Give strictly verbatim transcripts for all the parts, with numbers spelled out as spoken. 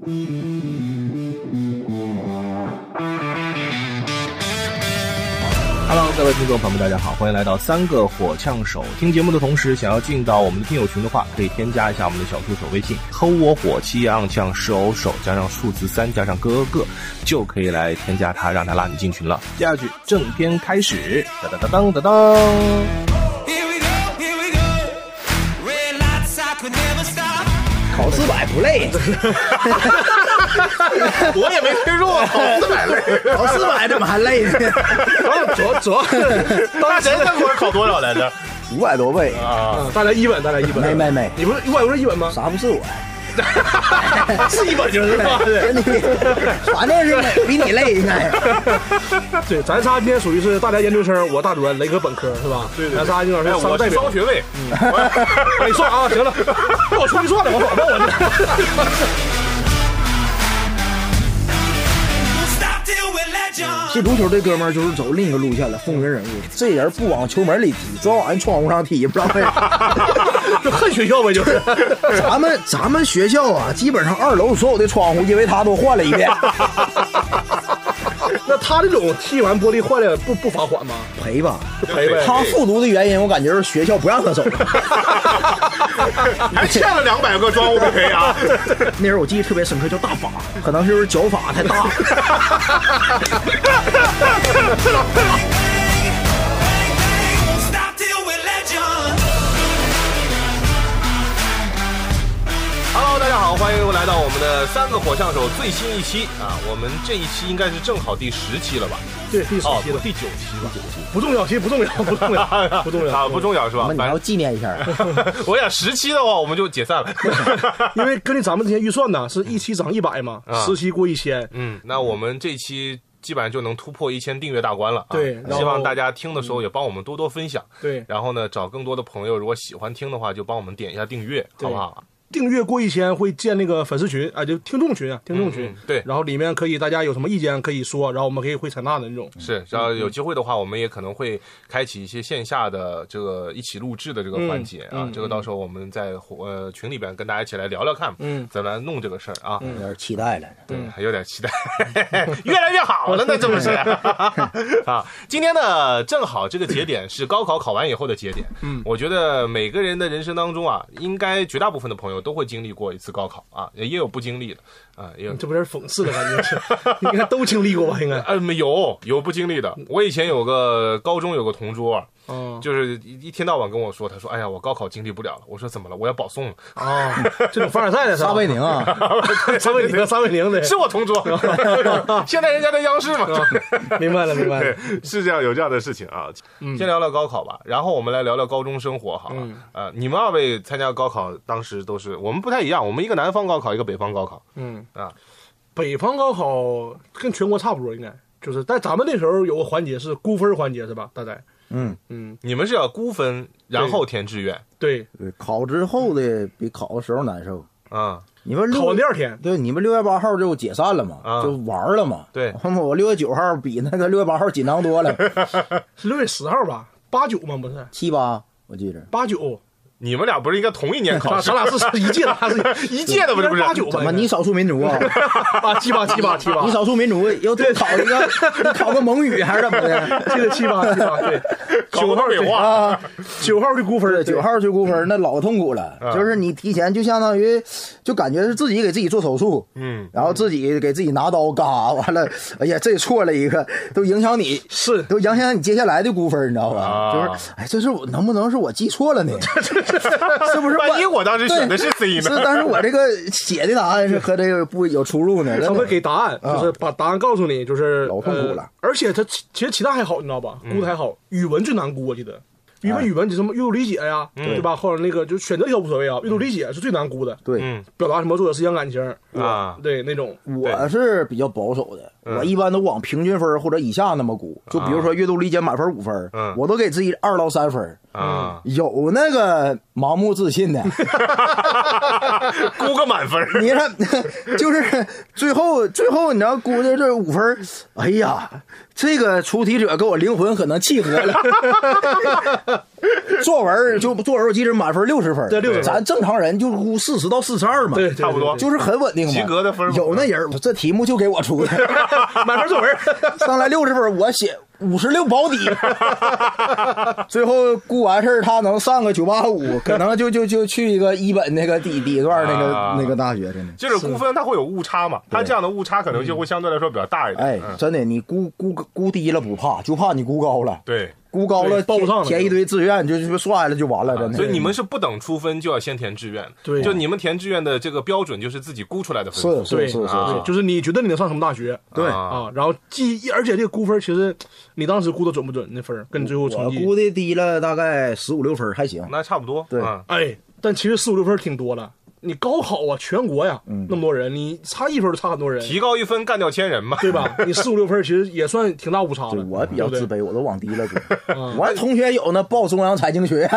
Hello， 各位听众朋友们，大家好，欢迎来到三个火枪手。听节目的同时，想要进到我们的听友群的话，可以添加一下我们的小助手微信，吼我火气昂呛是偶手加上数字三加上哥哥，就可以来添加他，让他拉你进群了。接下去正片开始，哒哒哒当哒当。 考四百不累， 我也没听说过考四百累， 考四百怎么还累呢？ 主要主要，大神那会儿考多少来着？ 五百多倍啊！大家一本，大家一本。 没没没， 你不是五百不是一本吗？ 啥不是我？ 是一本就是吧？ 真的，反正是比你累应该。 对，咱仨今天属于是大家研究生，我大专，雷哥本科是吧？ 对对， 咱仨应该是我是双学位。 嗯，你算啊，行了，我出去算了，我保证我这。 踢足球这哥们儿就是走另一个路线了，风云人物。这人不往球门里踢，专往人窗户上踢，不知道为啥。 就恨学校呗，就是。 咱们咱们学校啊，基本上二楼所有的窗户，因为他都换了一遍。 那他这种踢完玻璃坏了不不罚款吗？ 赔吧， 赔呗。 他复读的原因，我感觉是学校不让他走， 还欠了两百个窗户没赔啊。 那人我记忆特别深刻，叫大法，可能是脚法太大。 Hello， 大家好，欢迎又来到我们的三个火枪手最新一期啊！我们这一期应该是正好第十期了吧？ 对，第十期了， 哦、第九期吧？九期不重要，其实不重要，不重要，不重要啊，不重要是吧？ 你还要纪念一下。 我想十期的话，我们就解散了， 因为根据咱们之前预算呢，是一期涨一百嘛，啊、十期过一千。 嗯，那我们这期基本上就能突破一千订阅大关了、啊。 对， 希望大家听的时候也帮我们多多分享。 对， 然后呢，找更多的朋友，如果喜欢听的话，就帮我们点一下订阅，好不好？ 订阅过一千会建那个粉丝群啊，就听众群啊，听众群、 嗯嗯。对， 然后里面可以大家有什么意见可以说，然后我们可以会采纳的那种。 是，然后有机会的话，我们也可能会开启一些线下的这个一起录制的这个环节、嗯、啊、嗯。这个到时候我们在呃群里边跟大家一起来聊聊看，嗯，怎么来弄这个事儿啊、 嗯。有点期待了， 对，还有点期待，越来越好了呢，这不是？啊，今天呢，正好这个节点是高考考完以后的节点。嗯，我觉得每个人的人生当中啊，应该绝大部分的朋友都会经历过一次高考啊，也有不经历的啊，也有。 这不是讽刺的感觉是？应该都经历过吧？应该。 呃，有有不经历的。我以前有个高中有个同桌。 哦， 就是一天到晚跟我说，他说：“哎呀，我高考经历不了了。”我说：“怎么了？我要保送了。” 哦，这种凡尔赛的撒贝宁啊， 撒贝宁，撒贝宁的， 是我同桌。现在人家在央视嘛、哦， 明白了，明白了， 是这样，有这样的事情啊。嗯、先聊聊高考吧，然后我们来聊聊高中生活好了。嗯、呃，你们二位参加高考，当时都是我们不太一样，我们一个南方高考，一个北方高考。 嗯啊， 北方高考跟全国差不多，应该就是，但咱们那时候有个环节是估分环节，是吧？大概。 嗯嗯， 你们是要估分，然后填志愿。 对， 对，考之后的比考的时候难受啊。 你们考完第二天， 对，你们六月八号就解散了嘛，啊、就玩了嘛。 对， 我六月九号比那个六月八号紧张多了。 是六月十号吧？八九吗？不是七八，我记着八九。 你们俩不是应该同一年考？ 咱俩是一届的，他是一届的，不是不是？ 八九怎么你少数民族啊？ 啊，七八七八七八， 你少数民族又对考一个，你考个蒙语还是怎么的？ 记得七八七八，对， 九号北话啊， 九号去估分， 九号去估分，那老痛苦了。就是你提前就相当于，就感觉是自己给自己做手术， 嗯， 然后自己给自己拿刀嘎，完了，哎呀，这错了一个，都影响你， 是都影响你接下来的估分，你知道吧？ 啊、 就是，哎，这是我能不能是我记错了呢？是不是？ 万一我当时选的是 C 呢？ 是，但是我这个写的答案是和这个不有出入呢。 他会给答案，就是把答案告诉你，就是老痛苦了。 呃、而且他其实其他还好，你知道吧？估的还好，语文最难估，我记得。因为语文什么阅读理解呀， 嗯、 对吧？或者那个就选择题无所谓啊，阅读理解是最难估的。 对， 嗯， 表达什么作者思想感情啊， 对那种。 我是比较保守的， 嗯、 我一般都往平均分或者以下那么估。就比如说阅读理解满分五分，嗯，我都给自己二到三分。 啊， 有那个盲目自信的， 估个满分。 你看，就是最后最后你知道估的这五分，哎呀，这个出题者跟我灵魂可能契合了。作文就作文我记得满分六十分， 对六十分， 咱正常人就估四十到四十二嘛， 对， 差不多， 就是很稳定嘛， 及格的分。 有那人这题目就给我出的， 满分作文上来六十分，我写五十六保底。最后估完事儿，他能上个九八五，可能就就就去一个一本那个底底段那个、啊、那个大学，真的。 就是估分它会有误差嘛，它这样的误差可能就会相对来说比较大一点。 哎，真的，你估估估低了不怕，就怕你估高了。 对。 估高了， 报不上了， 填一堆志愿就就摔了就完了，真的。 所以你们是不等出分就要先填志愿， 对， 就你们填志愿的这个标准就是自己估出来的分数，是是是是， 啊、就是你觉得你能上什么大学， 对啊，然后记，而且这个估分其实你当时估的准不准？那分跟最后成绩， 我估的低了大概十五六分，还行， 那差不多。 对， 嗯、 哎，但其实十五六分挺多了。你高考啊，全国呀，嗯、那么多人，你差一分都差很多人， 提高一分干掉千人嘛， 对吧？你四五六分其实也算挺大误差了。 我比较自卑，对对我都往低了估。嗯、我同学有那报中央财经学院，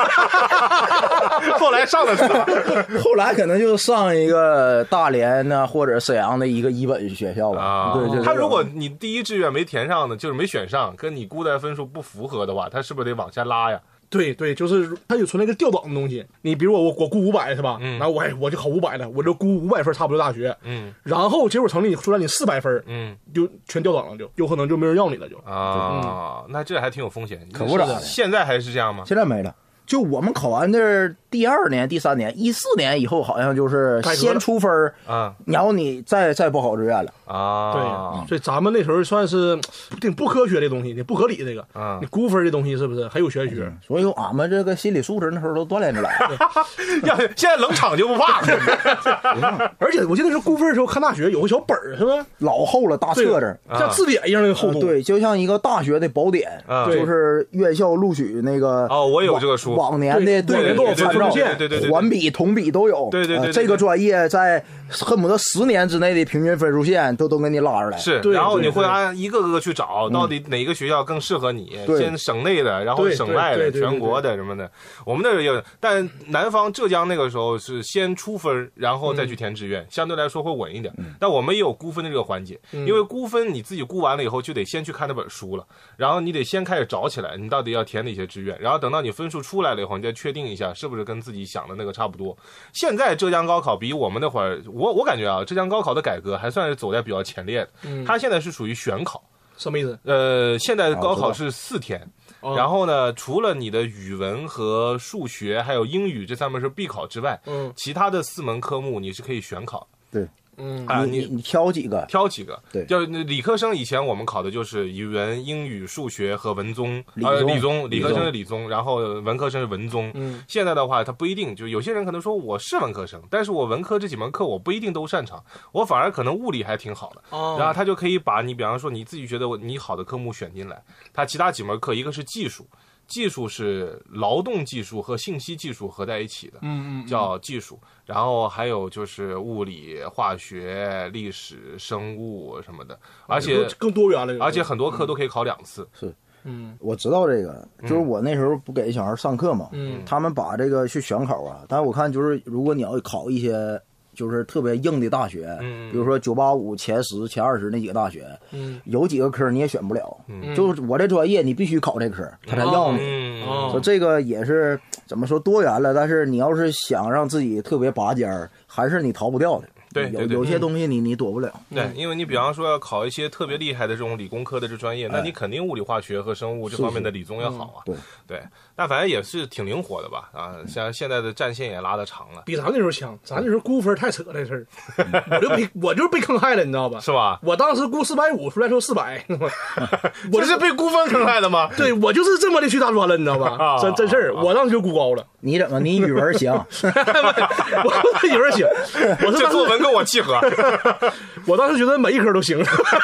后来上的是哪？ 后来可能就上一个大连呢，或者沈阳的一个一本学校吧。 啊， 对对。 他如果你第一志愿没填上的，就是没选上，跟你估的分数不符合的话，他是不是得往下拉呀？ 对对，就是它有存在一个调档的东西。你比如我我我估五百是吧？ 嗯， 然后我哎我就考五百了，我就估五百分差不多大学。 嗯， 然后结果成绩出来你四百分， 嗯， 就全调档了，就有可能就没人要你了就。 啊，嗯、那这还挺有风险。 可不咋的。 现在还是这样吗？ 现在没了。就我们考完的第二年、第三年，一四年以后好像就是先出分啊， 然后你再再报考志愿了啊。 对，嗯、所以咱们那时候算是挺不科学的东西，你不合理这个啊。你估分的东西是不是很有玄学？ 嗯、所以俺们这个心理素质那时候都锻炼出来了。 要现在冷场就不怕了。而且我记得是估分的时候看大学有个小本儿，是吧？ 老厚了，大册子， 像字典一样的厚度、 啊。对，就像一个大学的宝典， 啊、 就是院校录取那个。 哦，我有这个书。 往年的对多少参照线，对对对， 环比、同比都有。 对对对， 这个专业在恨不得十年之内的平均分数线都都给你拉出来。 是，然后你会按一个个去找，到底哪个学校更适合你？先省内的，然后省外的，全国的什么的。我们那有，但南方浙江那个时候是先出分，然后再去填志愿，相对来说会稳一点。但我们也有估分的这个环节，因为估分你自己估完了以后，就得先去看那本书了，然后你得先开始找起来，你到底要填哪些志愿，然后等到你分数出来了以后，你再确定一下是不是跟自己想的那个差不多。现在浙江高考比我们那会儿，我我感觉啊，浙江高考的改革还算是走在比较前列的。嗯，它现在是属于选考， 什么意思？ 呃，现在高考是四天， 哦、 然后呢，除了你的语文和数学还有英语这三门是必考之外， 嗯， 其他的四门科目你是可以选考。 对。 嗯啊， 你你挑几个？ 挑几个？ 对， 就理科生以前我们考的就是语文、英语、数学和文综， 呃， 理综，理科生是理综，然后文科生是文综。 嗯， 现在的话，它不一定，就有些人可能说我是文科生，但是我文科这几门课我不一定都擅长，我反而可能物理还挺好的。 哦， 然后他就可以把你，比方说你自己觉得你好的科目选进来，他其他几门课一个是技术。技术是劳动技术和信息技术合在一起的， 嗯嗯， 叫技术。然后还有就是物理、化学、历史、生物什么的，而且更多元了。 而且很多课都可以考两次。 是， 嗯， 我知道这个，就是我那时候不给小孩上课嘛， 嗯， 他们把这个去选考啊，但是我看就是如果你要考一些。就是特别硬的大学， 嗯， 比如说九八五前十、前二十那几个大学， 嗯， 有几个科你也选不了， 嗯， 就是我这专业你必须考这科，他才要你。 嗯， 说这个也是怎么说多元了，但是你要是想让自己特别拔尖儿，还是你逃不掉的。 对， 有有些东西你你躲不了。 对，因为你比方说要考一些特别厉害的这种理工科的这专业，那你肯定物理化学和生物这方面的理综要好啊。 对对，但反正也是挺灵活的吧？啊，像现在的战线也拉得长了， 比咱那时候强。咱那时候估分太扯这事儿，我就被我就是被坑害了，你知道吧？ 是吧？ 我当时估四百五，出来说四百， 我是被估分坑害的吗？ 对，我就是这么的去大专了，你知道吧？真真事儿，我当时就估高了。 你怎么？你语文行？ 我语文行，我是这作文跟我契合。 我当时觉得每一科都行，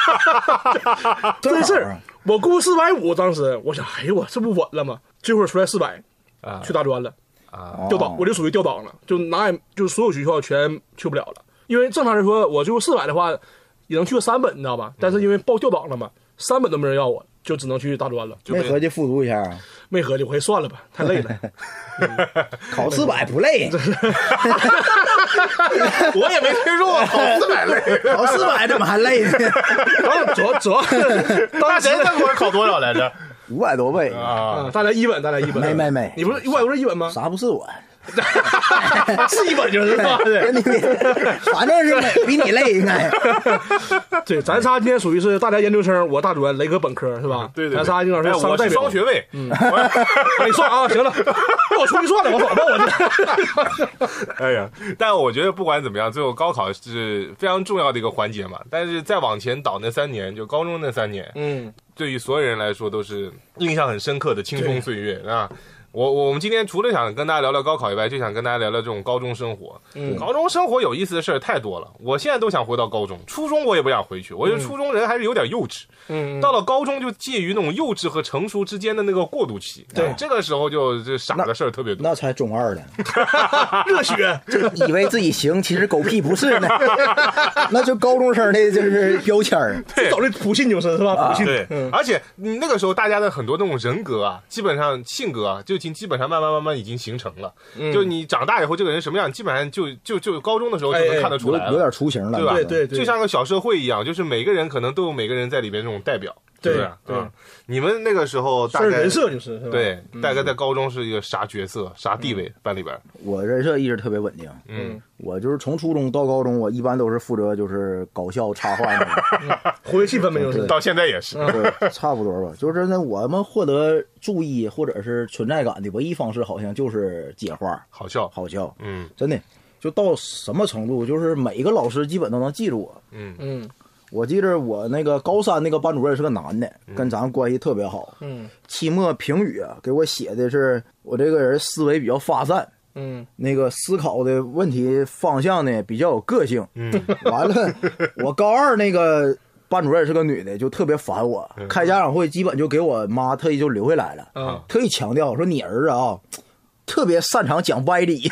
真事儿。我估四百五，当时我想，哎呦我这不稳了吗？这会儿出来四百， 啊， 去大专了， 啊， 调档，我就属于调档了，就哪也就所有学校全去不了了。因为正常来说，我最后四百的话，也能去个三本，你知道吧？但是因为报调档了嘛，三本都没人要我，就只能去大专了。 没合计复读一下啊？ 没合计，我还算了吧，太累了。 考四百不累， 我也没听说过考四百累， 考四百怎么还累呢？ 主要主要大神那会儿考多少来着？ 五百多倍啊！ 大家一本，大家一本， 没没没， 你不是五百不是一本吗？ 啥不是我？ 是一本就是吧？ 对，反正是美比你累应该。 对，咱仨今天属于是大家研究生，我大专，雷哥本科是吧？ 对对， 咱仨应该是我是双学位。 嗯，你算啊，行了，我出去算了，我走吧，我这。哎呀，但我觉得不管怎么样，最后高考是非常重要的一个环节嘛。但是再往前倒那三年，就高中那三年，嗯，对于所有人来说都是印象很深刻的青葱岁月啊。我我们今天除了想跟大家聊聊高考以外，就想跟大家聊聊这种高中生活。嗯，高中生活有意思的事儿太多了，我现在都想回到高中。初中我也不想回去，我觉得初中人还是有点幼稚。嗯，到了高中就介于那种幼稚和成熟之间的那个过渡期。对，啊、这个时候就这傻的事儿特别多。 那才中二呢， 热血， 以为自己行，其实狗屁不是呢。那就高中生的就是标签儿， 对，找的普信就是是吧？普信。 对，嗯、而且那个时候大家的很多那种人格啊，基本上性格啊，就基本上慢慢慢慢已经形成了。嗯、就你长大以后这个人什么样，基本上就就就高中的时候就能看得出来了， 哎哎有, 有点雏形了， 对吧？ 对对对， 就像个小社会一样，就是每个人可能都有每个人在里边这种代表。 对对对、嗯，你们那个时候大概人设就是是吧？ 对，大概在高中是一个啥角色、啥地位？班里边， 我人设一直特别稳定。嗯，我就是从初中到高中，我一般都是负责就是搞笑插画那种， 活跃气氛没有？ 到现在也是， 对，差不多吧。就是那我们获得注意或者是存在感的唯一方式，好像就是接话， 好笑， 好笑。 嗯， 真的，就到什么程度，就是每个老师基本都能记住我。 嗯嗯。 我记得我那个高三那个班主任是个男的，跟咱关系特别好。嗯，期末评语啊，给我写的是我这个人思维比较发散，嗯，那个思考的问题方向呢比较有个性。嗯，完了，我高二那个班主任是个女的，就特别烦我。开家长会基本就给我妈特意就留下来了，嗯，特意强调说你儿子啊。特别擅长讲歪理，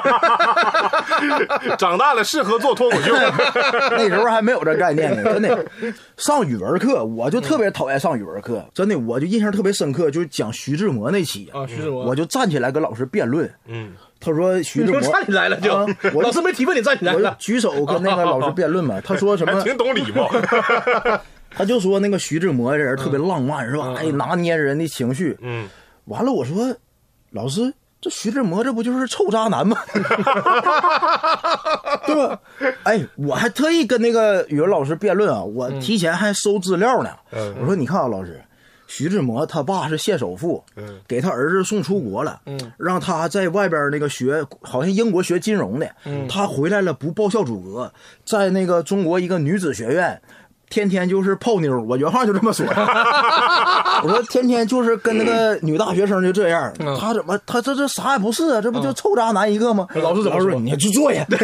长大了适合做脱口秀。 那时候还没有这概念呢，真的。上语文课我就特别讨厌上语文课，真的，我就印象特别深刻，就是讲徐志摩那期啊，徐志摩， 我就站起来跟老师辩论。嗯，他说徐志摩站起来了就，啊、我老师没提问你站起来了， 我举手跟那个老师辩论嘛。他说什么？ 挺懂礼貌。 他就说那个徐志摩这人特别浪漫，是吧？ 嗯、 哎，拿捏人的情绪。嗯，完了，我说老师。这徐志摩这不就是臭渣男吗？对吧？哎，我还特意跟那个语文老师辩论啊，我提前还搜资料呢。嗯、我说你看啊，老师，徐志摩他爸是县首富，嗯、给他儿子送出国了，嗯、让他在外边那个学，好像英国学金融的，嗯、他回来了不报效祖国，在那个中国一个女子学院。天天就是泡妞，我原话就这么说。我说天天就是跟那个女大学生就这样，嗯、他怎么他这这啥也不是啊？这不就臭渣男一个吗？ 嗯、老师怎么说？ 你去做呀！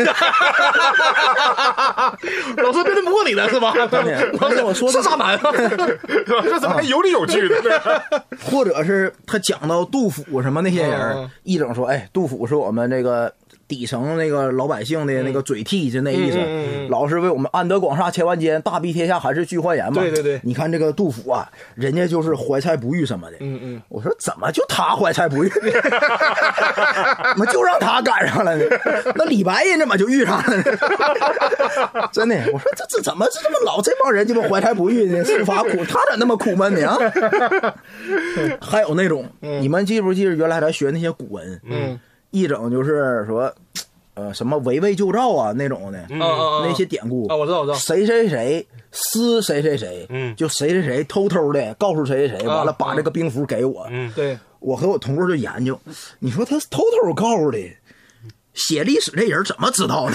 老师变成摸你了是吧？ 老师我说是渣男啊， 这怎么还有理有据的？ 或者是他讲到杜甫什么那些人，嗯、一整说，哎，杜甫是我们这个。底层那个老百姓的那个嘴替就那意思，嗯嗯、老是为我们安得广厦千万间，大庇天下寒士俱欢颜嘛。 对对对， 你看这个杜甫啊，人家就是怀才不遇什么的。嗯嗯，我说怎么就他怀才不遇？怎么就让他赶上了呢？那李白人怎么就遇上了呢？真的，我说这这怎么是这么老这帮人这么怀才不遇呢？书法苦，他咋那么苦闷呢？啊？还有那种，嗯、你们记不记得原来咱学那些古文？嗯。一整就是说，呃，什么围魏救赵啊那种的，嗯、那些典故啊，我知道，我知道， 谁谁谁私谁谁谁，嗯，就谁谁谁偷偷的告诉谁谁谁，完了把这个兵符给我， 嗯，对， 我和我同桌就研究，你说他偷偷告诉的。写历史这人怎么知道呢？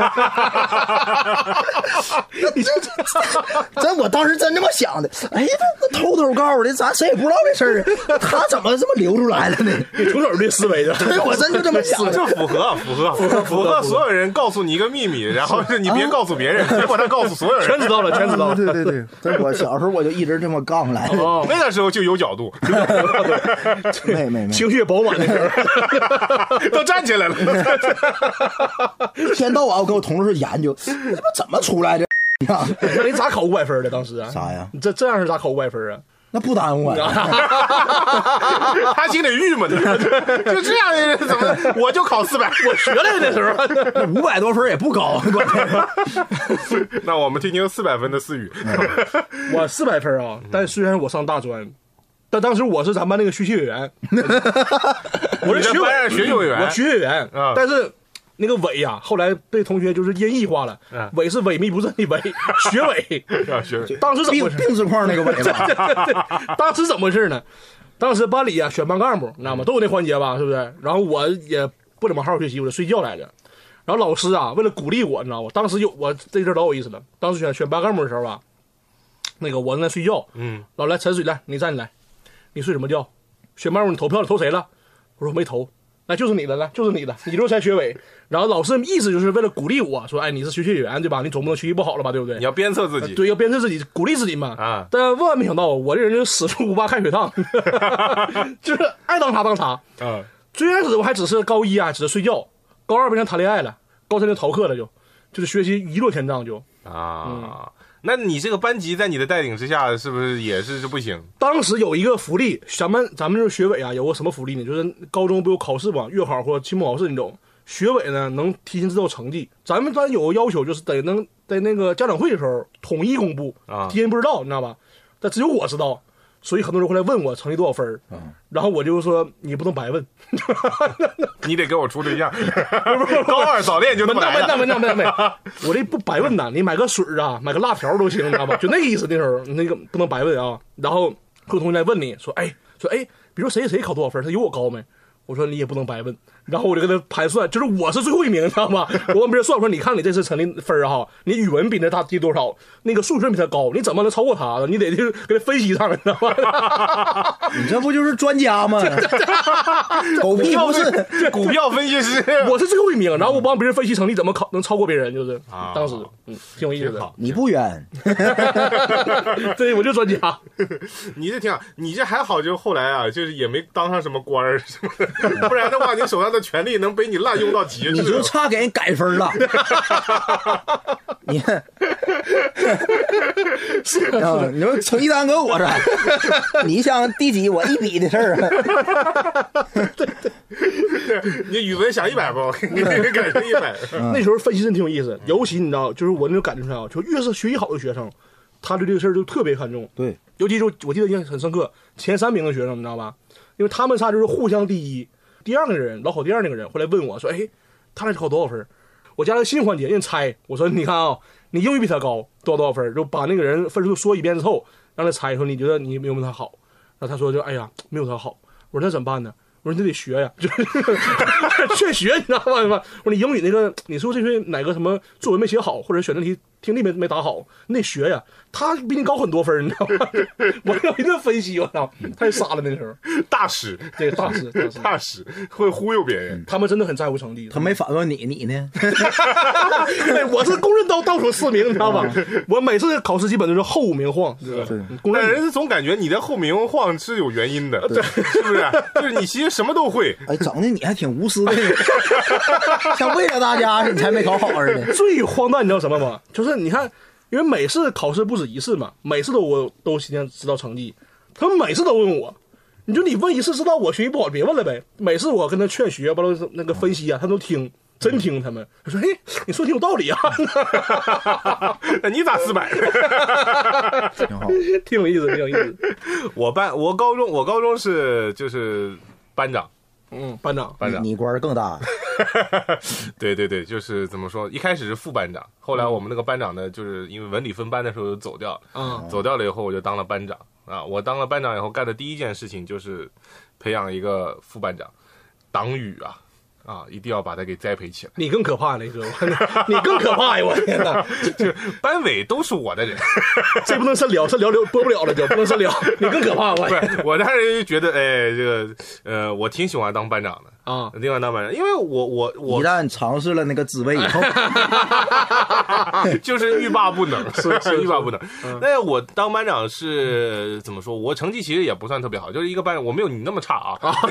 你这这，真我当时真这么想的。哎，那偷偷告诉的，咱谁也不知道这事儿，他怎么这么流出来了呢？ 徒手的思维的， 对我真就这么想， 就符合符合符合符合所有人告诉你一个秘密，然后是你别告诉别人，结果他告诉所有人， 全知道了，全知道了。 对对对，这我小时候我就一直这么杠来的。 哦，那个时候就有角度， 没没没， 情绪饱满的时候， 都站起来了。 一天到晚我跟我同事研究，这不怎么出来的？ 那你咋考五百分的？当时啊？ 啥呀？ 你这这样是咋考五百分啊？ 那不耽误啊。 他心里郁闷的，就这样怎么我就考四百， 我学来的时候五百多分也不高，关键是。那我们听听四百分的思雨。 我四百分啊，但虽然我上大专，但当时我是咱班那个学习委员，我是学委学习委员， 我学习委员， 嗯、 但是。那个伪呀、啊，后来被同学就是音译化了，伪、嗯、是萎靡不振的伪，学伪。 啊，学伪。 当时怎么病病字框那个伪吧？ 对对对，当时怎么回事呢？当时班里啊选班干部，你知道吗？都有那环节吧，是不是？然后我也不怎么好好学习，我就睡觉来着。然后老师啊，为了鼓励我，你知道吗？当时有我这阵老有意思了。当时选选班干部的时候吧，那个我正在睡觉，嗯，老来陈水来，你站起来，你睡什么觉？选班干部你投票了，投谁了？我说没投。那就是你的了，就是你的，你这才学委。然后老师意思就是为了鼓励我说，哎，你是学习委员对吧？你总不能学习不好了吧，对不对？ 你要鞭策自己， 对，要鞭策自己，鼓励自己嘛。啊！但万万没想到，我这人就死猪不怕开水烫，就是爱当茶当茶。啊！最开始我还只是高一啊，只是睡觉；高二变成谈恋爱了，高三就逃课了就，就是学习一落千丈就。 啊！嗯那你这个班级在你的带领之下，是不是也是不行？ 当时有一个福利，咱们咱们就是学委啊，有个什么福利呢？就是高中不有考试吗？月考或期末考试那种，学委呢能提前知道成绩。咱们班有个要求，就是得能在那个家长会的时候统一公布，啊，提前不知道，你知道吧？但只有我知道。所以很多人会来问我成绩多少分，嗯，然后我就说你不能白问， 你得给我处对象，高二早恋就这么来了。 那没那没那没，我这不白问呐，你买个水啊，买个辣条都行，你知道吧？就那个意思，那时候那个不能白问啊。然后会有同学来问你说，哎，说哎，比如说谁谁考多少分，他有我高没？我说你也不能白问，然后我就跟他盘算，就是我是最后一名，你知道吗？我往别人算，我说你看你这次成绩分哈，你语文比那他低多少，那个数学比他高，你怎么能超过他呢？你得就给他分析上，你知道吗？ 你这不就是专家吗？狗屁不是股票分析师， 我是最后一名，然后我帮别人分析成绩怎么考能超过别人，就是、啊、当时嗯挺有意思的。 你不冤， 对，我就专家。 你这挺好，你这还好，就后来啊，就是也没当上什么官儿什么的。不然的话，你手上的权力能被你滥用到极致， 你就差给人改分了。你，是啊，你说成绩单搁我这，你想第几我一比的事儿啊。 对对， 你语文想一百不？你改成一百。 那时候分析真挺有意思，尤其你知道，就是我那种感觉上，就越是学习好的学生，他对这个事儿就特别看重。 对， 尤其是我记得印象很深刻，前三名的学生，你知道吧？因为他们仨就是互相第一，第二个人老考第二那个人会来问我说：“哎，他俩考多少分？”我加了个新环节，让猜。我说：“你看啊，你英语比他高多少多少分？”就把那个人分数说一遍之后，让他猜说你觉得你没有他好。然后他说：“就哎呀，没有他好。”我说：“那怎么办呢？”我说：“你得学呀，就是劝学，你知道吧？”我说：“你英语那个，你说这回哪个什么作文没写好，或者选择题听力没没打好，你得学呀。他比你高很多分，你知道吗？”我要一顿分析，我操，太傻了那时候。 大使， 对，大使，大使， 大使会忽悠别人。 他们真的很在乎成绩。 他没反问你，你呢？ 对，我是公认倒倒数四名，你知道吧？我每次考试基本都是后五名晃， 对， 但人总感觉你的后名晃是有原因的，对，是不是？就是你其实什么都会。 哎，整的你还挺无私的，像为了大家你才没考好似的。 最荒诞你知道什么吗？就是你看，因为每次考试不止一次嘛，每次都我都希望知道成绩，他们每次都问我。你就你问一次知道我学习不好，别问了呗。每次我跟他劝学，包括那个分析啊，他都听，真听他们。他说：“哎，你说挺有道理啊。” 那你咋四百？ 挺好， 挺有意思，挺有意思。 我班我高中我高中是就是班长。 嗯，班长， 班长， 你官更大。 对对对，就是怎么说，一开始是副班长，后来我们那个班长呢，就是因为文理分班的时候就走掉了，嗯，走掉了以后我就当了班长啊。我当了班长以后干的第一件事情就是培养一个副班长，党羽啊。啊，一定要把他给栽培起来。 你更可怕，雷哥，你更可怕呀！我天哪， 就班委都是我的人， 这不能深聊，深聊聊播不了了，就不能深聊。你更可怕，我。 我当时就觉得，哎，这个，呃，我挺喜欢当班长的。 啊， 另外当班长，因为我我我一旦尝试了那个滋味以后， 就是欲罢不能，是是欲罢不能。那我当班长是怎么说？我成绩其实也不算特别好，就是一个班长，我没有你那么差啊。 啊，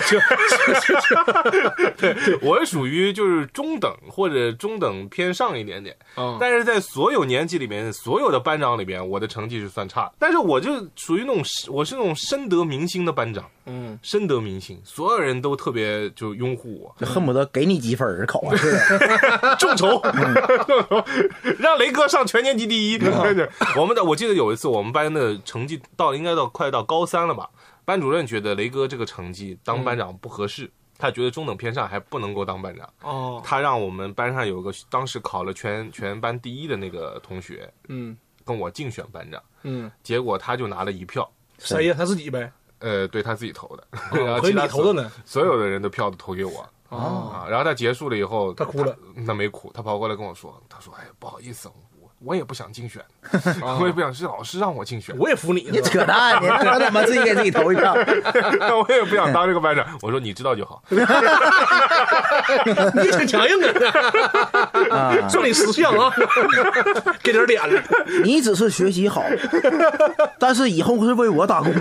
对，我是属于就是中等或者中等偏上一点点。 啊， 但是在所有年级里面，所有的班长里边，我的成绩是算差的。但是我就属于那种我是那种深得民心的班长，嗯，深得民心，所有人都特别就拥护我， 就恨不得给你几分考啊似的，众筹，让雷哥上全年级第一。我们的我记得有一次我们班的成绩到应该到快到高三了吧，班主任觉得雷哥这个成绩当班长不合适。嗯，他觉得中等偏上还不能够当班长哦，他让我们班上有个当时考了全全班第一的那个同学，嗯，跟我竞选班长，嗯，结果他就拿了一票， 谁呀？他自己呗？ 呃，对他自己投的， 哦、然后其他投的呢， 所有的人的票都投给我。哦、啊，然后他结束了以后， 他哭了， 那没哭，他跑过来跟我说，他说：“哎，不好意思。”我也不想竞选，我也不想，是老师让我竞选， 我也服你。 你扯淡，你他怎么自己给自己投一票？ 我也不想当这个班长。我说你知道就好。 你挺强硬的，说你识相啊，给点脸了。 你只是学习好，但是以后是为我打工。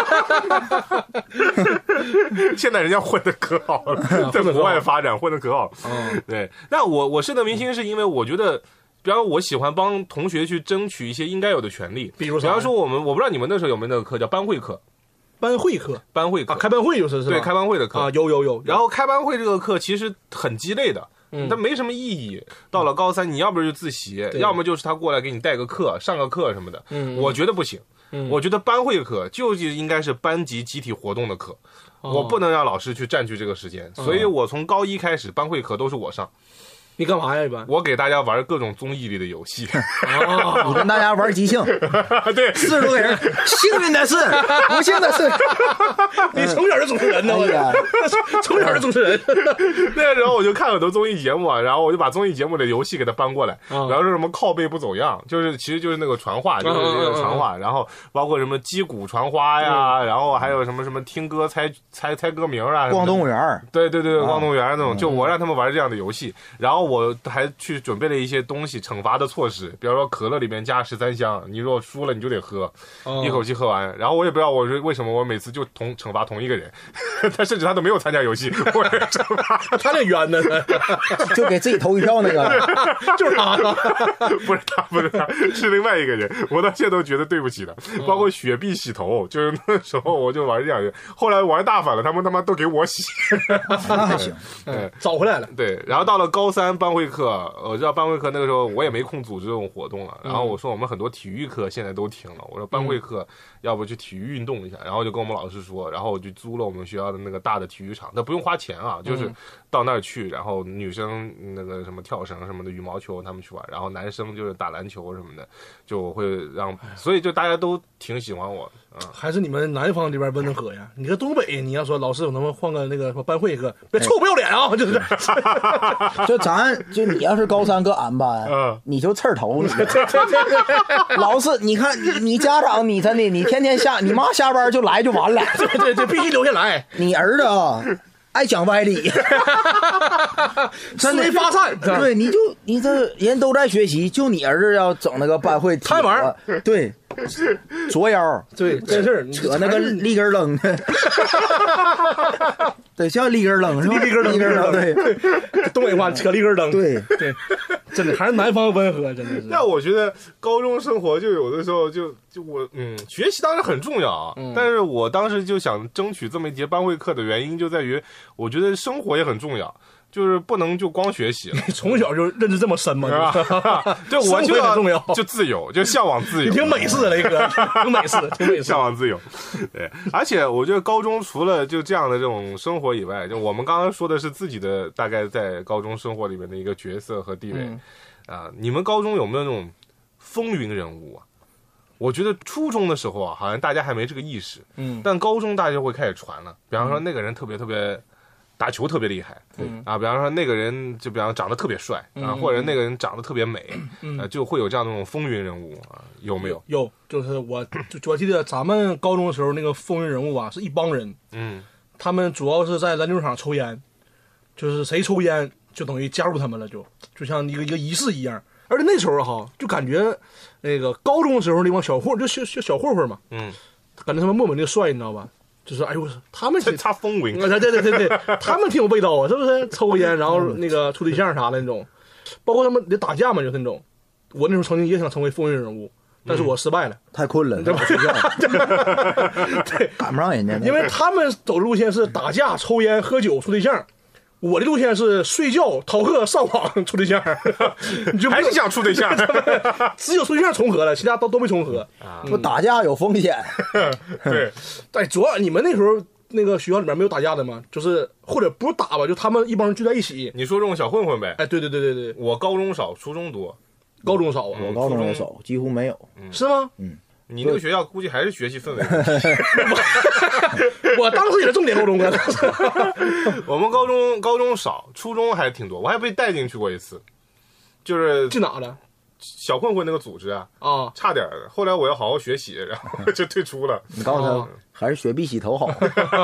现在人家混得可好了，在国外发展混得可好了。嗯，对。那我我深得民心是因为我觉得。比方说，我喜欢帮同学去争取一些应该有的权利。 比如， 比方说，我们我不知道你们那时候有没有那个课叫班会课， 班会课， 班会课， 啊，开班会就是是吧？ 对，开班会的课啊，有有有。 然后开班会这个课其实很鸡肋的，嗯，它没什么意义。到了高三，你要不就自习，要么就是他过来给你带个课、上个课什么的。嗯，我觉得不行。嗯，我觉得班会课就是应该是班级集体活动的课，哦、我不能让老师去占据这个时间，所以我从高一开始，班会课都是我上。 你干嘛呀？一般我给大家玩各种综艺里的游戏， 哦、你跟大家玩即兴， 对， 四十多个人，幸运的是，不幸的是， 你从小是主持人呢，我从小是主持人。 那个时候我就看很多综艺节目啊，然后我就把综艺节目的游戏给它搬过来，然后说什么靠背不走样，就是其实就是那个传话，就是那个传话，然后包括什么击鼓传花呀，然后还有什么什么听歌猜猜猜歌名啊， 逛动物园， 对对对，逛动物园那种，就我让他们玩这样的游戏，然后。我还去准备了一些东西，惩罚的措施，比方说可乐里面加十三香，你如果输了你就得喝，哦、一口气喝完。然后我也不知道我是为什么我每次就同惩罚同一个人，他甚至他都没有参加游戏，我惩罚他那冤呢， 就给自己投一票那个， 就是他， 不是他，不是他，是另外一个人，我到现在都觉得对不起他。包括雪碧洗头，就是那时候我就玩这样，后来玩大反了，他们他妈都给我洗， 那还行， 嗯，找回来了。 对，然后到了高三。班会课，我知道班会课那个时候我也没空组织这种活动了。然后我说我们很多体育课现在都停了，我说班会课要不去体育运动一下。然后就跟我们老师说，然后我就租了我们学校的那个大的体育场，那不用花钱啊，就是到那儿去，然后女生那个什么跳绳什么的，羽毛球他们去玩，然后男生就是打篮球什么的，就会让，所以就大家都挺喜欢我。 嗯、还是你们南方这边温和呀？你搁东北，你要说老师，我能不能换个那个班会课？别臭不要脸啊！就是， 就咱就你要是高三搁俺班，嗯，你就刺儿头，你老师，你看你你家长你真的你天天下你妈下班就来就完了， 对对对，必须留下来。 你儿子啊。爱讲歪理， 真的发散。 对，你就你这人都在学习，就你儿子要整那个班会贪玩， 对，作妖， 对，真是扯那个立根扔的，对，叫立根扔是吧？ 立根扔， 立根扔，对， 东北话扯立根扔， 对对，真的还是南方温和，真的是。 但我觉得高中生活就有的时候就就我嗯，学习当然很重要啊，嗯、但是我当时就想争取这么一节班会课的原因就在于。我觉得生活也很重要，就是不能就光学习了。 你从小就认知这么深吗？ 对，我就很重要，就自由，就向往自由。 你挺美式的雷哥，挺美式，挺美式， 向往自由。对，而且我觉得高中除了就这样的这种生活以外，就我们刚刚说的是自己的大概在高中生活里面的一个角色和地位啊、嗯呃。你们高中有没有那种风云人物啊？我觉得初中的时候啊，好像大家还没这个意识，嗯，但高中大家就会开始传了。比方说那个人特别特别。打球特别厉害，嗯啊，比方说那个人就比方长得特别帅啊，或者那个人长得特别美，呃，就会有这样的那种风云人物啊，有没有？ 有，就是我，我记得咱们高中的时候那个风云人物啊，是一帮人，嗯，他们主要是在篮球场抽烟， 就是谁抽烟就等于加入他们了，就就像一个一个仪式一样。而且那时候哈，就感觉那个高中的时候那帮小混，就小小小混混嘛，嗯，感觉他们莫名的帅，你知道吧？就是哎呦，他们擦风云， 对对对对对，他们挺有味道啊，是不是？抽个烟，然后那个处对象啥的那种，包括他们得打架嘛，就是那种。我那时候曾经也想成为风云人物，但是我失败了， 嗯、太困了， 对吧？对， 赶不上人家。 因为他们走的路线是打架、抽烟、喝酒、处对象。我的路线是睡觉、逃课、上网、处对象，你就还是想处对象， 只有处对象重合了，其他都都没重合。 不、嗯、打架有风险。 对， 哎，主要你们那时候那个学校里面没有打架的吗？就是或者不是打吧，就他们一帮人聚在一起。 你说这种小混混呗？ 哎，对对对对对， 我高中少，初中多， 高中少啊， 我高中也少，几乎没有， 嗯、是吗？ 嗯。 你那个学校估计还是学习氛围我当时也是重点高中的。 我们高中高中少，初中还挺多，我还被带进去过一次，就是进哪了？ 小混混那个组织啊， 啊， 差点儿。后来我要好好学习，然后就退出了。 你告诉他、哦、还是学必洗头好。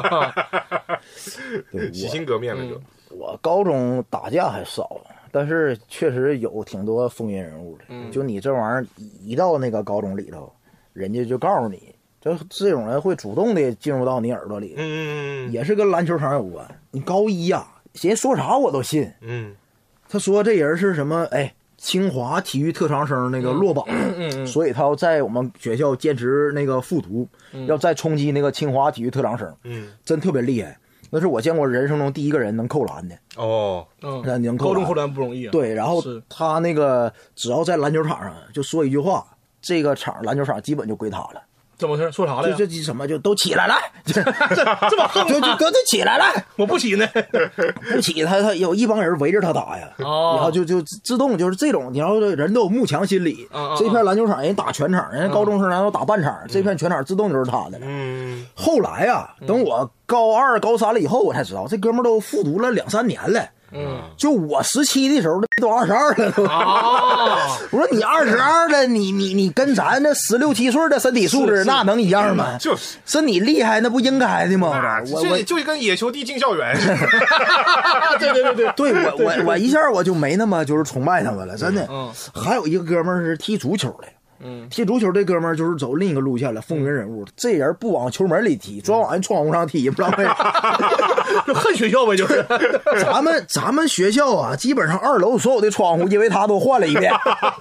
对，洗心革面了就、 嗯。我高中打架还少，但是确实有挺多风云人物的。嗯、就你这玩意儿一到那个高中里头。人家就告诉你，就这种人会主动的进入到你耳朵里， 嗯， 也是跟篮球场有关。你高一呀、啊，谁说啥我都信。 嗯， 他说这人是什么？哎，清华体育特长生那个落榜， 嗯嗯， 所以他要在我们学校坚持那个复读，嗯、要再冲击那个清华体育特长生。 嗯， 真特别厉害。那是我见过人生中第一个人能扣篮的。 哦， 嗯， 能扣篮， 高中扣篮不容易啊。 对，然后他那个只要在篮球场上就说一句话。这个场篮球场基本就归他了。 怎么事？说啥了？ 就这什么就都起来了， 这这么横就就都得起来了。 我不起呢， 不起他他有一帮人围着他打呀， 哦、 然后就就自动就是这种，然后人都有慕强心理。 哦、 这片篮球场人打全场，人家高中生然后打半场， 嗯、 这片全场自动就是他的了。 嗯。 后来啊，等我高二高三了以后，我才知道这哥们儿都复读了两三年了。 嗯， 就我十七的时候都二十二了都。 啊！ 我说你二十二了，你你你跟咱这十六七岁的身体素质那能一样吗？ 就是是你厉害，那不应该的吗？ 啊、 我我就跟野球帝进校园似的。 对对对对， 对我我我一下我就没那么就是崇拜他们了，真的。 嗯， 还有一个哥们儿是踢足球的。 嗯， 踢足球这哥们儿就是走另一个路线了，风云人物。这人不往球门里踢，专往人窗户上踢，不知道为啥， 就恨学校呗，就是。 咱们咱们学校啊，基本上二楼所有的窗户，因为他都换了一遍。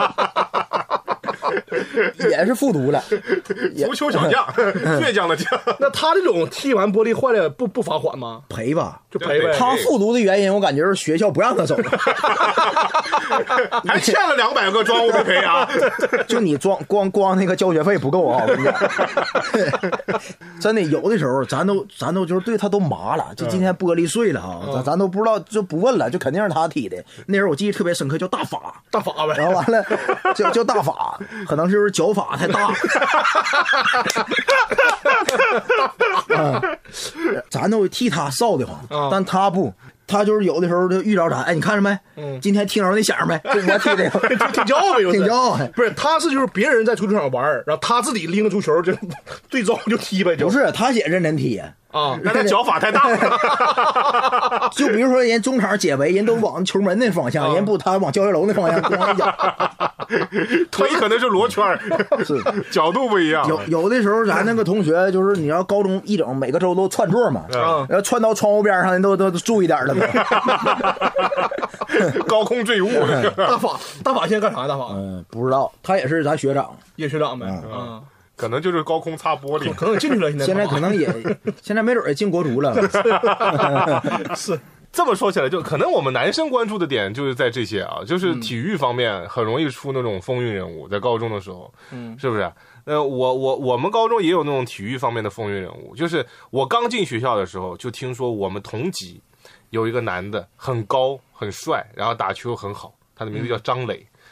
也是复读了， 足球小将，倔强的将。 那他这种踢完玻璃坏了不不罚款吗？ 赔吧， 就赔呗。 他复读的原因，我感觉是学校不让他走， 还欠了两百个庄户没赔啊！ 就你光光光那个交学费不够啊！我跟你讲，真的有的时候咱都咱都就是对他都麻了，就今天玻璃碎了啊， 嗯、 咱咱都不知道就不问了，就肯定是他踢的。那人我记得特别深刻，叫大法， 大法呗。 然后完了叫叫大法，可能就是脚法太大。嗯，咱都替他臊得慌， 嗯、 但他不。他就是有的时候就遇着咱，哎，你看着没？ 嗯， 今天听着那响没？就我踢的， 挺骄傲呗， 挺骄傲。 不是，他是就是别人在足球场玩，然后他自己拎个足球就对招就踢呗，就不是他也认真踢啊， 那他脚法太大了。 就比如说人中场解围，人都往球门那方向，人不他往教学楼那方向咣一脚， 腿可能是罗圈， 是角度不一样。 有有的时候咱那个同学就是你要高中一整每个周都窜座嘛， 嗯， 然后窜到窗户边上人都都注意点了。 高空坠物， 大法大法现在干啥？大法嗯，不知道，他也是咱学长， 也学长呗， 嗯， 嗯可能就是高空擦玻璃， 可能进去了。现在现在可能也现在没准也进国足了。 是这么说起来，就可能我们男生关注的点就是在这些啊，就是体育方面很容易出那种风云人物，在高中的时候， 嗯， 是不是？呃，我我我们高中也有那种体育方面的风云人物，就是我刚进学校的时候就听说我们同级有一个男的很高很帅，然后打球很好，他的名字叫张磊。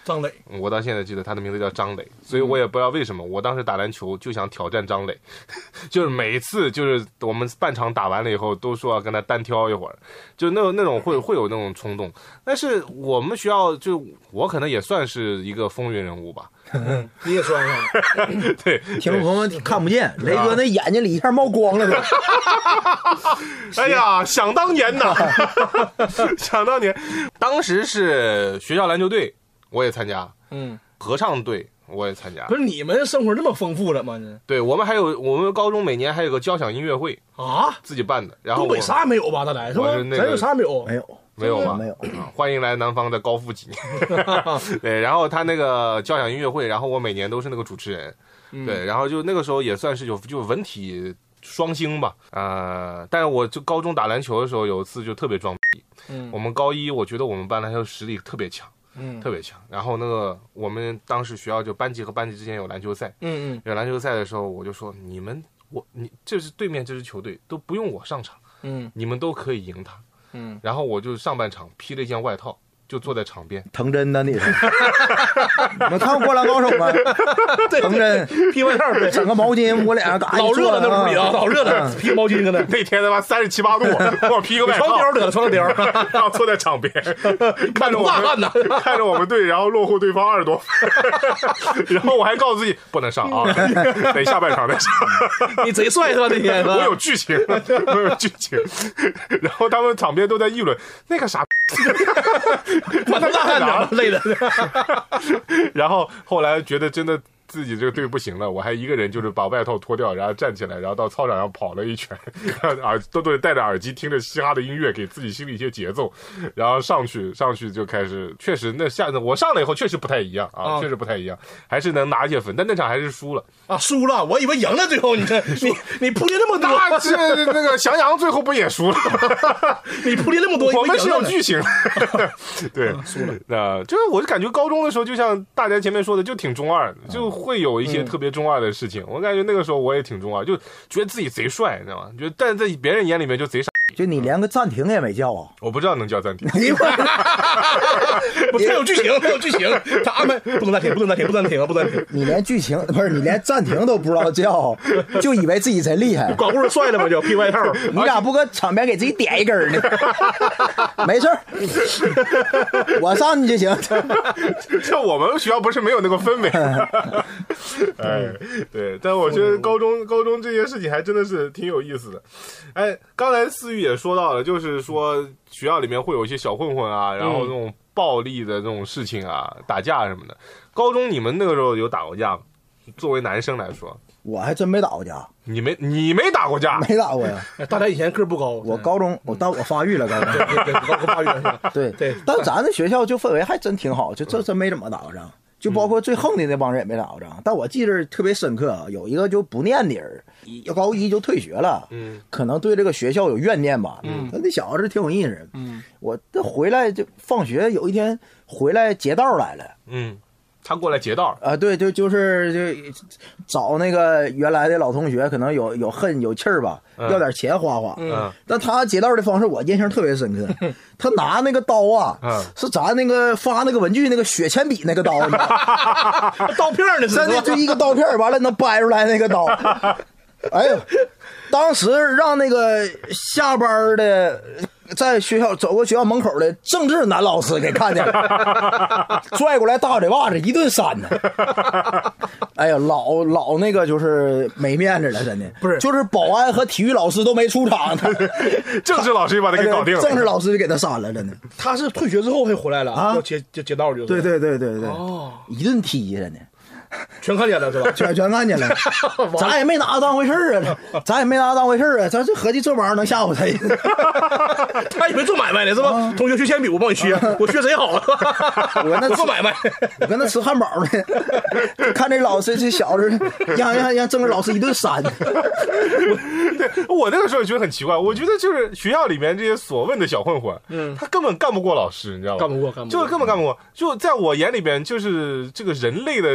张磊， 我到现在记得他的名字叫张磊，所以我也不知道为什么，我当时打篮球就想挑战张磊，就是每一次就是我们半场打完了以后都说要跟他单挑一会儿，就那那种会会有那种冲动。但是我们学校就我可能也算是一个风云人物吧， 你也算上了， 对， 听众朋友们看不见，雷哥那眼睛里一下冒光了都。 哎呀，想当年呐，想当年，当时是学校篮球队，我也参加， 嗯， 合唱队我也参加。 不是你们生活这么丰富了吗？ 对，我们还有我们高中每年还有个交响音乐会啊， 自己办的。然后东北啥也没有吧？咱来是吧？ 是那个、 咱有啥没有？ 没有。 没有吧？ 没有、 啊，欢迎来南方的高富几年。对，然后他那个交响音乐会，然后我每年都是那个主持人。嗯、对，然后就那个时候也算是有就文体双星吧。呃，但是我就高中打篮球的时候，有一次就特别装逼。嗯，我们高一，我觉得我们班篮球实力特别强。嗯，特别强。然后那个我们当时学校就班级和班级之间有篮球赛。嗯嗯，有篮球赛的时候，我就说你们我你这是对面这支球队都不用我上场。嗯，你们都可以赢他。嗯，然后我就上半场披了一件外套，就坐在场边。 藤真的你是？你们看过《灌篮高手》吗？藤真披外套， 整个毛巾我脸上， 老热了那屋里啊，老热了，披毛巾搁那。 那天他妈三十七八度，我披个外套， 床貂得了，床貂， 然后坐在场边，看着我们，看着我们队，然后落后对方二十多分，然后我还告诉自己不能上啊，等下半场再上。 你贼帅是吧？那天我有剧情，我有剧情。然后他们场边都在议论那个傻。 满头大汗的，累的。 然后后来觉得真的自己这个队不行了，我还一个人就是把外套脱掉，然后站起来，然后到操场上跑了一圈，耳都都戴着耳机听着嘻哈的音乐，给自己心里一些节奏，然后上去上去就开始，确实那下次我上来以后确实不太一样啊，啊确实不太一样，还是能拿一些分，但那场还是输了啊，输了，我以为赢了，最后你这你你铺垫那么多， 那这那个翔阳最后不也输了？ 你铺垫那么多， 我们是有剧情，对，输了，那就是我就感觉高中的时候，就像大家前面说的，就挺中二的，就。会有一些特别中二的事情、嗯、我感觉那个时候我也挺中二，就觉得自己贼帅，你知道吗？觉得但在别人眼里面就贼傻， 就你连个暂停也没叫啊！ 我不知道能叫暂停， 不是有剧情，有剧情，他安排不能暂停，不能暂停，不能暂停啊，不能暂停。 你连剧情不是你连暂停都不知道叫，就以为自己贼厉害。 光顾着帅了吗？就披外套， 你咋不搁场边给自己点一根呢？没事我上去就行。 这我们学校不是没有那个氛围。哎，对，但我觉得高中高中这件事情还真的是挺有意思的。哎，刚才思雨也说到了，就是说学校里面会有一些小混混啊，然后那种暴力的这种事情啊，打架什么的。高中你们那个时候有打过架吗？作为男生来说， 我还真没打过架。 你没你没打过架？ 没打过呀。 大家以前个不高， 我高中我到我发育了，高中对对高中发育了。 对对，但咱这学校就氛围还真挺好，就这真没怎么打过仗。就包括最横的那帮人也没打过仗，但我记得特别深刻，有一个就不念的人，高一就退学了，嗯，可能对这个学校有怨念吧，嗯，他那小子挺有意思，嗯，我这回来就放学有一天回来劫道来了， 嗯。他过来劫道啊，对，就就是就找那个原来的老同学，可能有有恨有气儿吧，嗯、要点钱花花。嗯，但他劫道的方式我印象特别深刻，嗯、他拿那个刀啊，嗯、是咱那个发那个文具那个雪铅笔那个刀， 刀片呢， 真的就一个刀片，完了能掰出来那个刀。哎呦，当时让那个下班的。在学校走过学校门口的政治男老师给看见了，拽过来大嘴巴子一顿扇呢。哎呀，老老那个就是没面子了，真的不是， 就是保安和体育老师都没出场， 政治老师就把他给搞定了， 政治老师就给他扇了，真的。 他是退学之后还回来了啊，劫劫劫道就是。 对对对对对，哦，一顿踢真的。 全看见了是吧？ 全全看见了，咱也没拿当回事啊，咱也没拿当回事啊，咱这合计这玩意儿能吓唬谁？ 他以为做买卖呢是吧？啊、同学学铅笔，我帮你削，啊、我削贼好啊！ 我跟他做买卖， 我跟他吃汉堡呢，看这老师这小子让让让政治老师一顿扇。 对，我那个时候觉得很奇怪，我觉得就是学校里面这些所谓的小混混，嗯，他根本干不过老师，你知道吗？ 干不过，干不过， 就是根本干不过。就在我眼里边，就是这个人类的这个。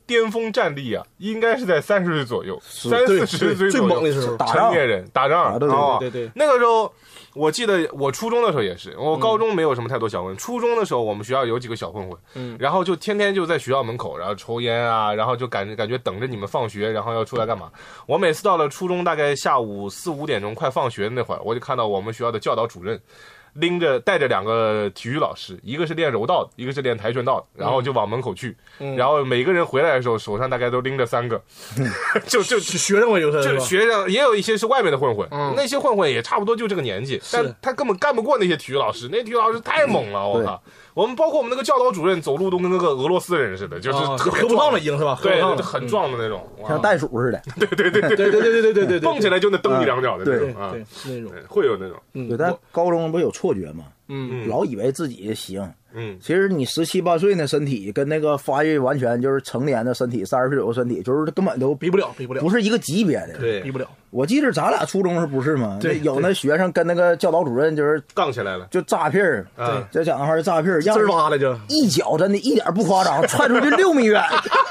巅峰战力啊，应该是在三十岁左右，三四十岁最猛的时候， 成年人打仗， 对对对对， 那个时候。我记得我初中的时候也是，我高中没有什么太多小混混，初中的时候我们学校有几个小混混，嗯，然后就天天就在学校门口，然后抽烟啊，然后就感觉感觉等着你们放学，然后要出来干嘛。我每次到了初中大概下午四五点钟快放学的那会儿，我就看到我们学校的教导主任拎着带着两个体育老师，一个是练柔道的，一个是练跆拳道的，然后就往门口去，嗯、然后每个人回来的时候手上大概都拎着三个，嗯、就就学生嘛，有就学生也有一些是外面的混混，嗯、那些混混也差不多就这个年纪，但他根本干不过那些体育老师，那体育老师太猛了，我靠！我们包括我们那个教导主任走路都跟那个俄罗斯人似的，就是特别合不上了已经是吧？ 对，很壮的那种， 像袋鼠似的。 对对对对对对对对对对， 蹦起来就能蹬一两脚的那种啊，对，那种会有那种。 对，但高中不有错觉吗？嗯，老以为自己行。 嗯， 其实你十七八岁那身体跟那个发育完全就是成年的身体，三十岁左右身体，就是根本都比不了，比不了， 不是一个级别的， 对，比不了。 我记得咱俩初中时不是吗？ 对， 有那学生跟那个教导主任就是杠起来了， 就炸屁儿， 对， 就讲话是炸屁儿， 滋哇的就一脚真的一点不夸张，踹出去六米远。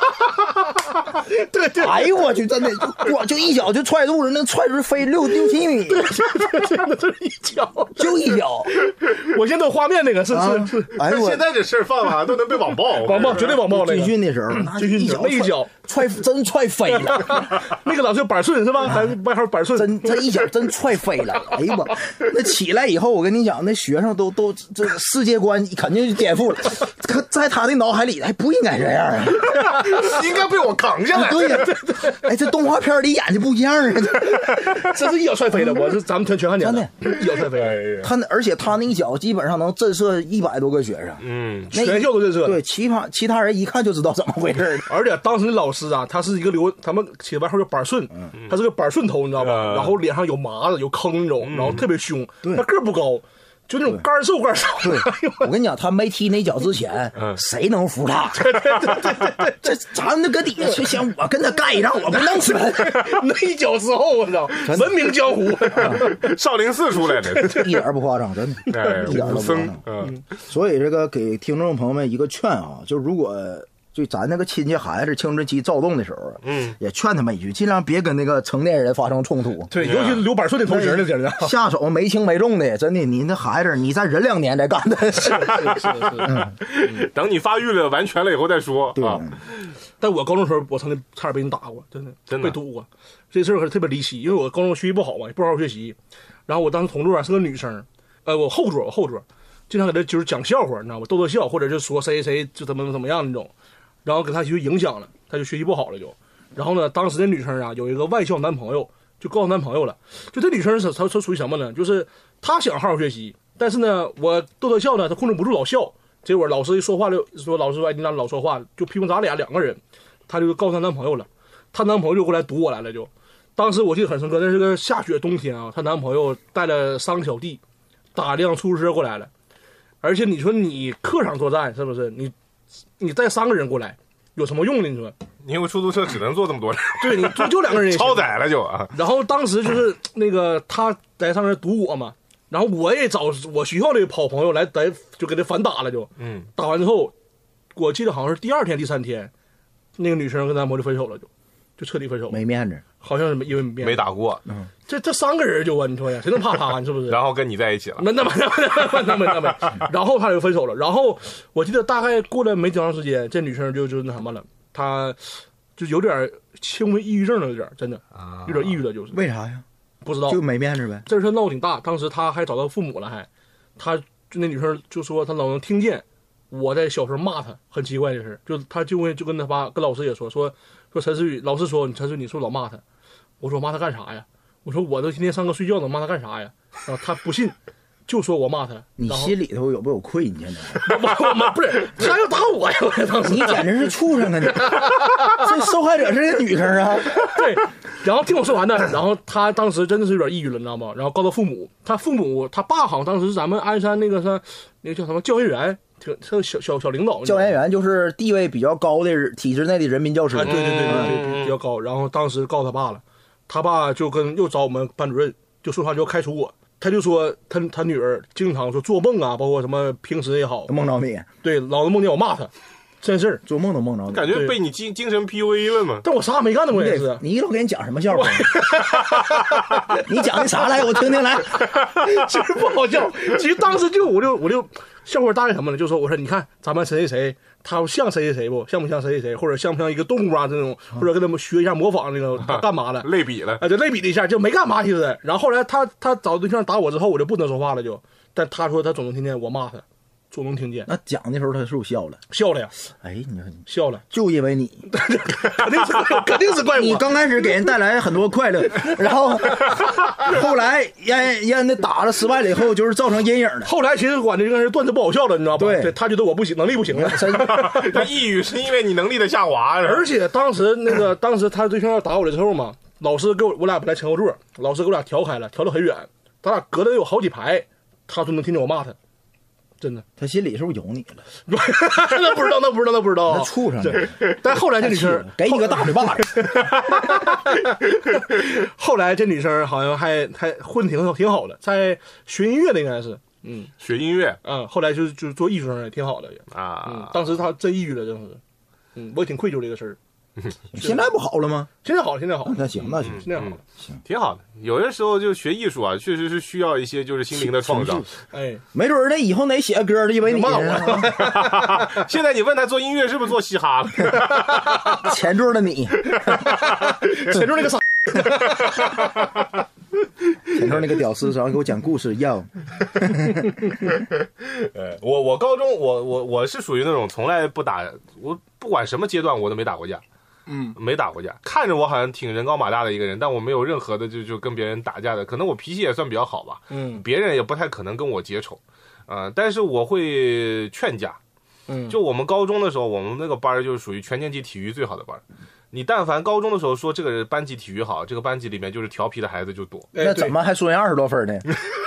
对对， 哎呦我去，真的就我就一脚就踹肚子，那踹出去飞六六七米， 对对对，真的是一脚， 就一脚。 我现在有画面那个是是是， 哎呦， 现在这事儿放了都能被网暴， 网暴绝对网暴了。 军训的时候， 军训一脚那一脚踹真踹飞了。 那个老师叫板顺是吧？还外号板顺， 真这一脚真踹飞了。哎呀妈！那起来以后，我跟你讲，那学生都都这世界观肯定就颠覆了。可在他的脑海里，还不应该这样啊， 应该被我扛下来。 对呀，哎，这动画片里演的不一样啊， 这是一脚踹飞的。我是咱们全全看见的，一脚踹飞。 他而且他那一脚基本上能震慑一百多个学生， 嗯， 全校都震慑。 对，其他其他人一看就知道怎么回事。 而且当时的老师啊，他是一个留他们起的外号叫板顺，他是个板顺头，你知道吧？然后脸上有麻子，有坑那种，然后特别凶。他个儿不高。就那种干瘦干瘦。 对，我跟你讲，他没踢那脚之前，谁能服他？对对对对对，这咱们搁底下去想，我跟他干一仗，我不弄死他。 那一脚之后，我操，闻名江湖， 少林寺出来的， 一点不夸张，真的，一点都不夸张。嗯，所以这个给听众朋友们一个劝啊，就如果。就咱那个亲戚孩子青春期躁动的时候，嗯，也劝他们一句，尽量别跟那个成年人发生冲突。 对，尤其是留板顺的头型的，简直下手没轻没重的，真的，你那孩子，你再忍两年再干的。 是是是是， 嗯，等你发育了完全了以后再说。 对啊， 但我高中时候，我曾经差点被人打过，真的，真的被堵过。这事儿可是特别离奇，因为我高中学习不好嘛，不好好学习。然后我当时同桌是个女生，呃，我后桌，我后桌，经常给她就是讲笑话，你知道吗？逗逗笑，或者就说谁谁就怎么怎么样那种。然后给他就影响了，他就学习不好了就。然后呢，当时那女生啊有一个外校男朋友，就告诉男朋友了。就这女生是她她属于什么呢？就是她想好好学习，但是呢，我逗她笑呢，她控制不住老笑。结果老师一说话就说老师说哎你俩老说话，就批评咱俩两个人。她就告诉她男朋友了，她男朋友就过来堵我来了就。当时我记得很深刻，那是个下雪冬天啊，她男朋友带了三个小弟，打辆出租车过来了。而且你说你客场作战是不是？你你带三个人过来有什么用呢？你说你有出租车只能坐这么多人， 对，你就就两个人也超载了就啊。 然后当时就是那个他在上面堵我嘛，然后我也找我学校的好朋友来来就给他反打了就，嗯，打完之后，我记得好像是第二天第三天，那个女生跟男朋友就分手了就，就彻底分手了， 没面子， 好像是因为没没打过， 嗯，这这三个人就啊，你说呀，谁能怕他？你是不是？ 然后跟你在一起了， 那那没那没那没那没，然后他就分手了。然后我记得大概过了没多长时间，这女生就就那什么了，她就有点轻微抑郁症了，有点真的，有点抑郁了，就是为啥呀？ 不知道， 就没面子呗。 这事闹挺大，当时她还找到父母了，还，她就那女生就说她老能听见我在小时候骂她，很奇怪的事，就她就会就跟她爸跟老师也说说说陈思雨，老师说你陈思雨你是不是老骂她？我说我骂她干啥呀？我说我都今天上课睡觉，能骂她干啥呀？然后她不信，就说我骂她。 你心里头有没有愧？你现在我我不是她要打我呀！我当时你简直是畜生啊！你这受害者是个女生啊！ 对，然后听我说完呢，然后她当时真的是有点抑郁了，你知道吗？然后告诉父母，她父母她爸好像当时是咱们鞍山那个啥那个叫什么教研员。是小小小领导， 教研员就是地位比较高的体制内的人民教师， 啊、对对对对对，比较高。然后当时告诉他爸了，他爸就跟又找我们班主任，就说他就要开除我。他就说他他女儿经常说做梦啊，包括什么平时也好， 梦着你， 对，老是梦见我骂他。 真事儿， 做梦都梦着。 感觉被你精精神 P U A 了嘛？ 但我啥也没干呢，我也是。 你一会儿给你讲什么笑话？你讲的啥来？我听听来。 其实不好笑，其实当时就我就我就笑话大概什么呢？就说我说你看咱们谁谁谁，他像谁谁谁不？像不像谁谁谁？或者像不像一个动物啊这种？或者跟他们学一下模仿那个干嘛的？ 类比了， 哎，就类比了一下，就没干嘛其实。然后后来他他找对象打我之后，我就不能说话了就。但他说他总能听见我骂他，总能听见。 那讲的时候他是不是笑了？ 笑了呀！ 哎，你看笑了， 就因为你， 肯定是肯定是怪我。 你刚开始给人带来很多快乐，然后后来让让那打了失败了以后，就是造成阴影的。 后来其实管这个是段子不好笑了，你知道吧？ 对， 他觉得我不行，能力不行了。 他抑郁是因为你能力的下滑。 而且当时那个当时他对象要打我的时候嘛，老师给我我俩本来前后座，老师给我俩调开了，调得很远，咱俩隔得有好几排。他说能听见我骂他，真的。 他心里是不是有你了？ 那不知道，那不知道，那不知道。 那畜生！ 但后来这女生给你个大嘴巴子。 后来这女生好像还还混挺挺好的，在学音乐的应该是，嗯， 学音乐， 嗯，后来就就做艺术生也挺好的啊。 嗯，当时她真抑郁了，真是，嗯，我也挺愧疚这个事儿。 现在不好了吗？ 现在好，现在好。 那行，那行， 现在好， 行， 挺好的。有的时候就学艺术啊，确实是需要一些就是心灵的创造。 哎， 没准儿呢，以后哪写歌的因为你骂我。 现在你问他做音乐是不是做嘻哈了？ 前座的你， 前座那个傻。 前头那个屌丝然后给我讲故事要。 呃，我我高中我我我是属于那种从来不打，我不管什么阶段我都没打过架， 嗯， 没打过架。看着我好像挺人高马大的一个人，但我没有任何的就就跟别人打架的，可能我脾气也算比较好吧， 嗯， 别人也不太可能跟我结仇，呃，但是我会劝架。 嗯， 就我们高中的时候，我们那个班就是属于全年级体育最好的班。你但凡高中的时候说这个班级体育好，这个班级里面就是调皮的孩子就多。 那怎么还说人二十多分呢？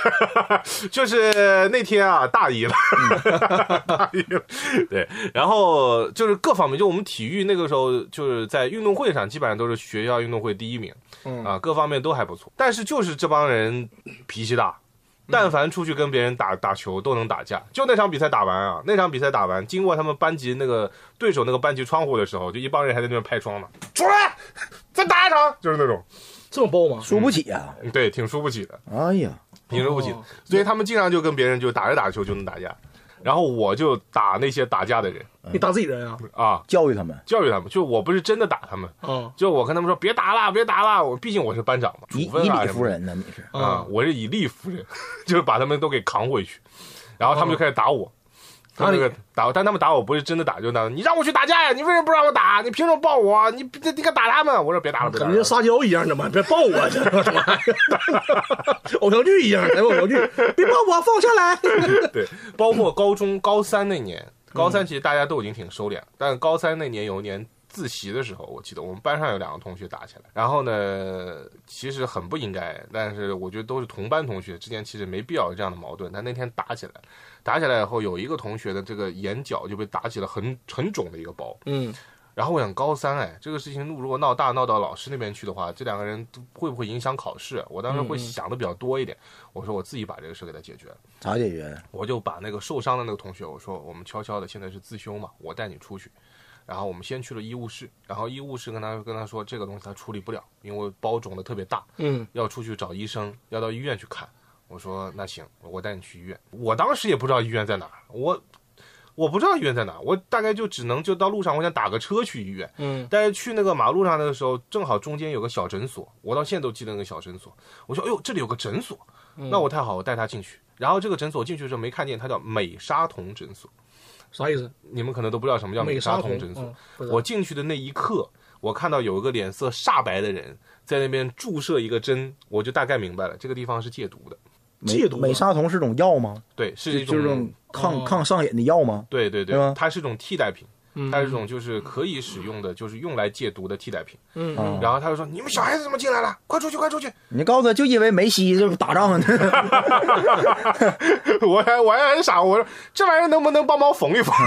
就是那天啊，大一了，大一了。对，然后就是各方面，就我们体育那个时候就是在运动会上，基本上都是学校运动会第一名， 嗯啊，各方面都还不错。但是就是这帮人脾气大。但凡出去跟别人打打球都能打架，就那场比赛打完啊，那场比赛打完，经过他们班级那个对手那个班级窗户的时候，就一帮人还在那边拍窗呢，出来，再打一场，就是那种， 这么包吗？ 输不起啊， 嗯，对，挺输不起的， 哎呀， 挺输不起的，所以他们经常就跟别人就打着打球就能打架。然后我就打那些打架的人， 你打自己人啊？ 啊， 教育他们， 教育他们，就我不是真的打他们， 啊， 就我跟他们说别打了，别打了，我毕竟我是班长嘛， 以处分啊以理服人呢，你是啊，我是以力服人，就是把他们都给扛回去，然后他们就开始打我。他那个打我，但他们打我不是真的打，就打你让我去打架呀！你为什么不让我打？你凭什么抱我？你你你敢打他们？我说别打了，别打了， 跟撒娇一样的嘛，别抱我，这什么偶像剧一样，什么偶像剧？别抱我，放下来。 对，包括高中高三那年，高三其实大家都已经挺收敛了，但高三那年有一年自习的时候，我记得我们班上有两个同学打起来，然后呢，其实很不应该，但是我觉得都是同班同学之间其实没必要有这样的矛盾，但那天打起来，打起来以后，有一个同学的这个眼角就被打起了很很肿的一个包， 嗯， 然后我想高三，哎，这个事情如果闹大闹到老师那边去的话，这两个人会不会影响考试？我当时会想的比较多一点，我说我自己把这个事给他解决了。 咋解决？ 我就把那个受伤的那个同学，我说我们悄悄的，现在是自修嘛，我带你出去。然后我们先去了医务室，然后医务室跟他跟他说这个东西他处理不了，因为包肿的特别大， 嗯， 要出去找医生，要到医院去看。我说那行，我带你去医院。我当时也不知道医院在哪儿，我我不知道医院在哪儿，我大概就只能就到路上，我想打个车去医院。 嗯， 但是去那个马路上的时候，正好中间有个小诊所，我到现在都记得那个小诊所。我说哎呦，这里有个诊所，那我太好，我带他进去。然后这个诊所进去的时候没看见，它叫美沙酮诊所。 啥意思？ 你们可能都不知道什么叫美沙酮诊所。 嗯、 我进去的那一刻，我看到有一个脸色煞白的人在那边注射一个针，我就大概明白了，这个地方是戒毒的。 戒毒？ 美沙酮是种药吗？ 对，是一种就是种抗、哦、抗上瘾的药吗？ 对对对， 对它是一种替代品。它是一种就是可以使用的，就是用来戒毒的替代品。 嗯， 然后他就说：“你们小孩子怎么进来了？快出去，快出去！” 你告诉他，就因为梅西这打仗呢。 我还我还很傻，我说这玩意儿能不能帮忙缝一缝？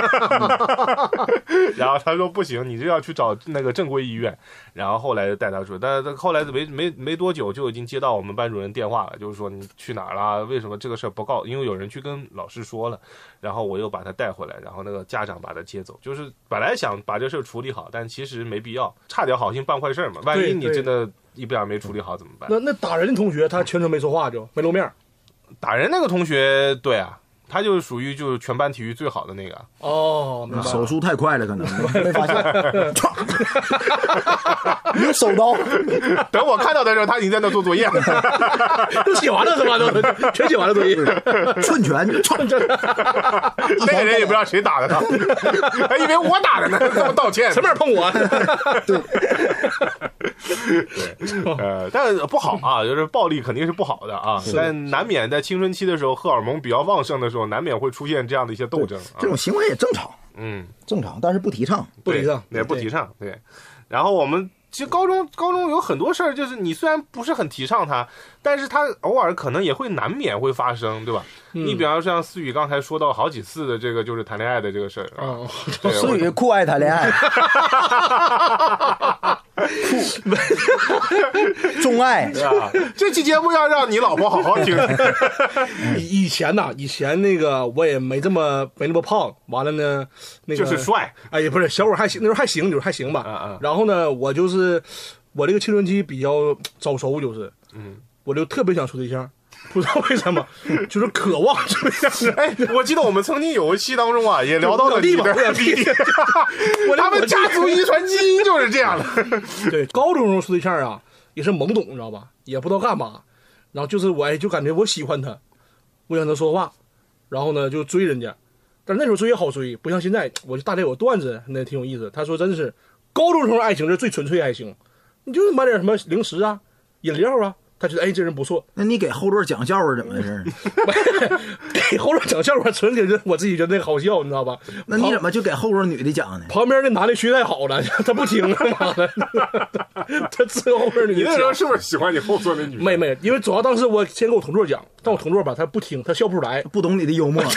然后他说不行，你这要去找那个正规医院。然后后来带他出，但是后来没没没多久就已经接到我们班主任电话了，就是说你去哪儿了？为什么这个事儿不告？因为有人去跟老师说了。然后我又把他带回来，然后那个家长把他接走。 手，就是本来想把这事儿处理好，但其实没必要，差点好心办坏事嘛。万一你真的一不小心没处理好怎么办？ 那那打人的同学他全程没说话，就没露面。 打人那个同学，对啊。他就是属于就是全班体育最好的那个哦，明白手速太快了，可能没发现，没手刀。 等我看到的时候，他已经在那做作业了， 都写完了是吧？都全写完了作业， 寸拳就串着。 那个人也不知道谁打的他，还以为我打的呢，跟我道歉， 什么人碰我？ 对， 对，呃，但是不好啊，就是暴力肯定是不好的啊，但难免在青春期的时候，荷尔蒙比较旺盛的时候。难免会出现这样的一些斗争， 这种行为也正常， 嗯， 正常，但是不提倡， 不提倡， 也不提倡，对。然后我们其实高中高中有很多事儿，就是你虽然不是很提倡它，但是它偶尔可能也会难免会发生，对吧？嗯、你比方说像思雨刚才说到好几次的这个就是谈恋爱的这个事儿啊， 思雨酷爱谈恋爱，酷钟爱， 对吧？这期节目要让你老婆好好听。 以以前呐，以前那个我也没这么没那么胖，完了呢，那个就是帅， 哎也不是小伙还行，那时候还行，就是还行吧。 嗯嗯。 然后呢，我就是我这个青春期比较早熟，就是嗯，我就特别想处对象。不知道为什么，就是渴望处对象。 哎，我记得我们曾经有一期当中啊，也聊到了你的弟弟，他们家族遗传基因就是这样的。 对，高中时候处对象啊，也是懵懂，你知道吧？也不知道干嘛，然后就是我哎，就感觉我喜欢他，我想他说话，然后呢就追人家，但是那时候追也好追，不像现在。我就大概有段子，那挺有意思。他说真是高中时候爱情是最纯粹爱情，你就买点什么零食啊、饮料啊。他觉得哎，这人不错。 那你给后座讲笑话怎么回事？ 给后座讲笑话，纯觉得我自己觉得那个好笑，你知道吧？ 那你怎么就给后座女的讲呢？ 旁边那男的学太好了，他不听啊妈的，他伺候后边女的。 你那时候是不是喜欢你后座那女的？ 没没，因为主要当时我先给我同桌讲，但我同桌吧他不听，他笑不出来， 不懂你的幽默。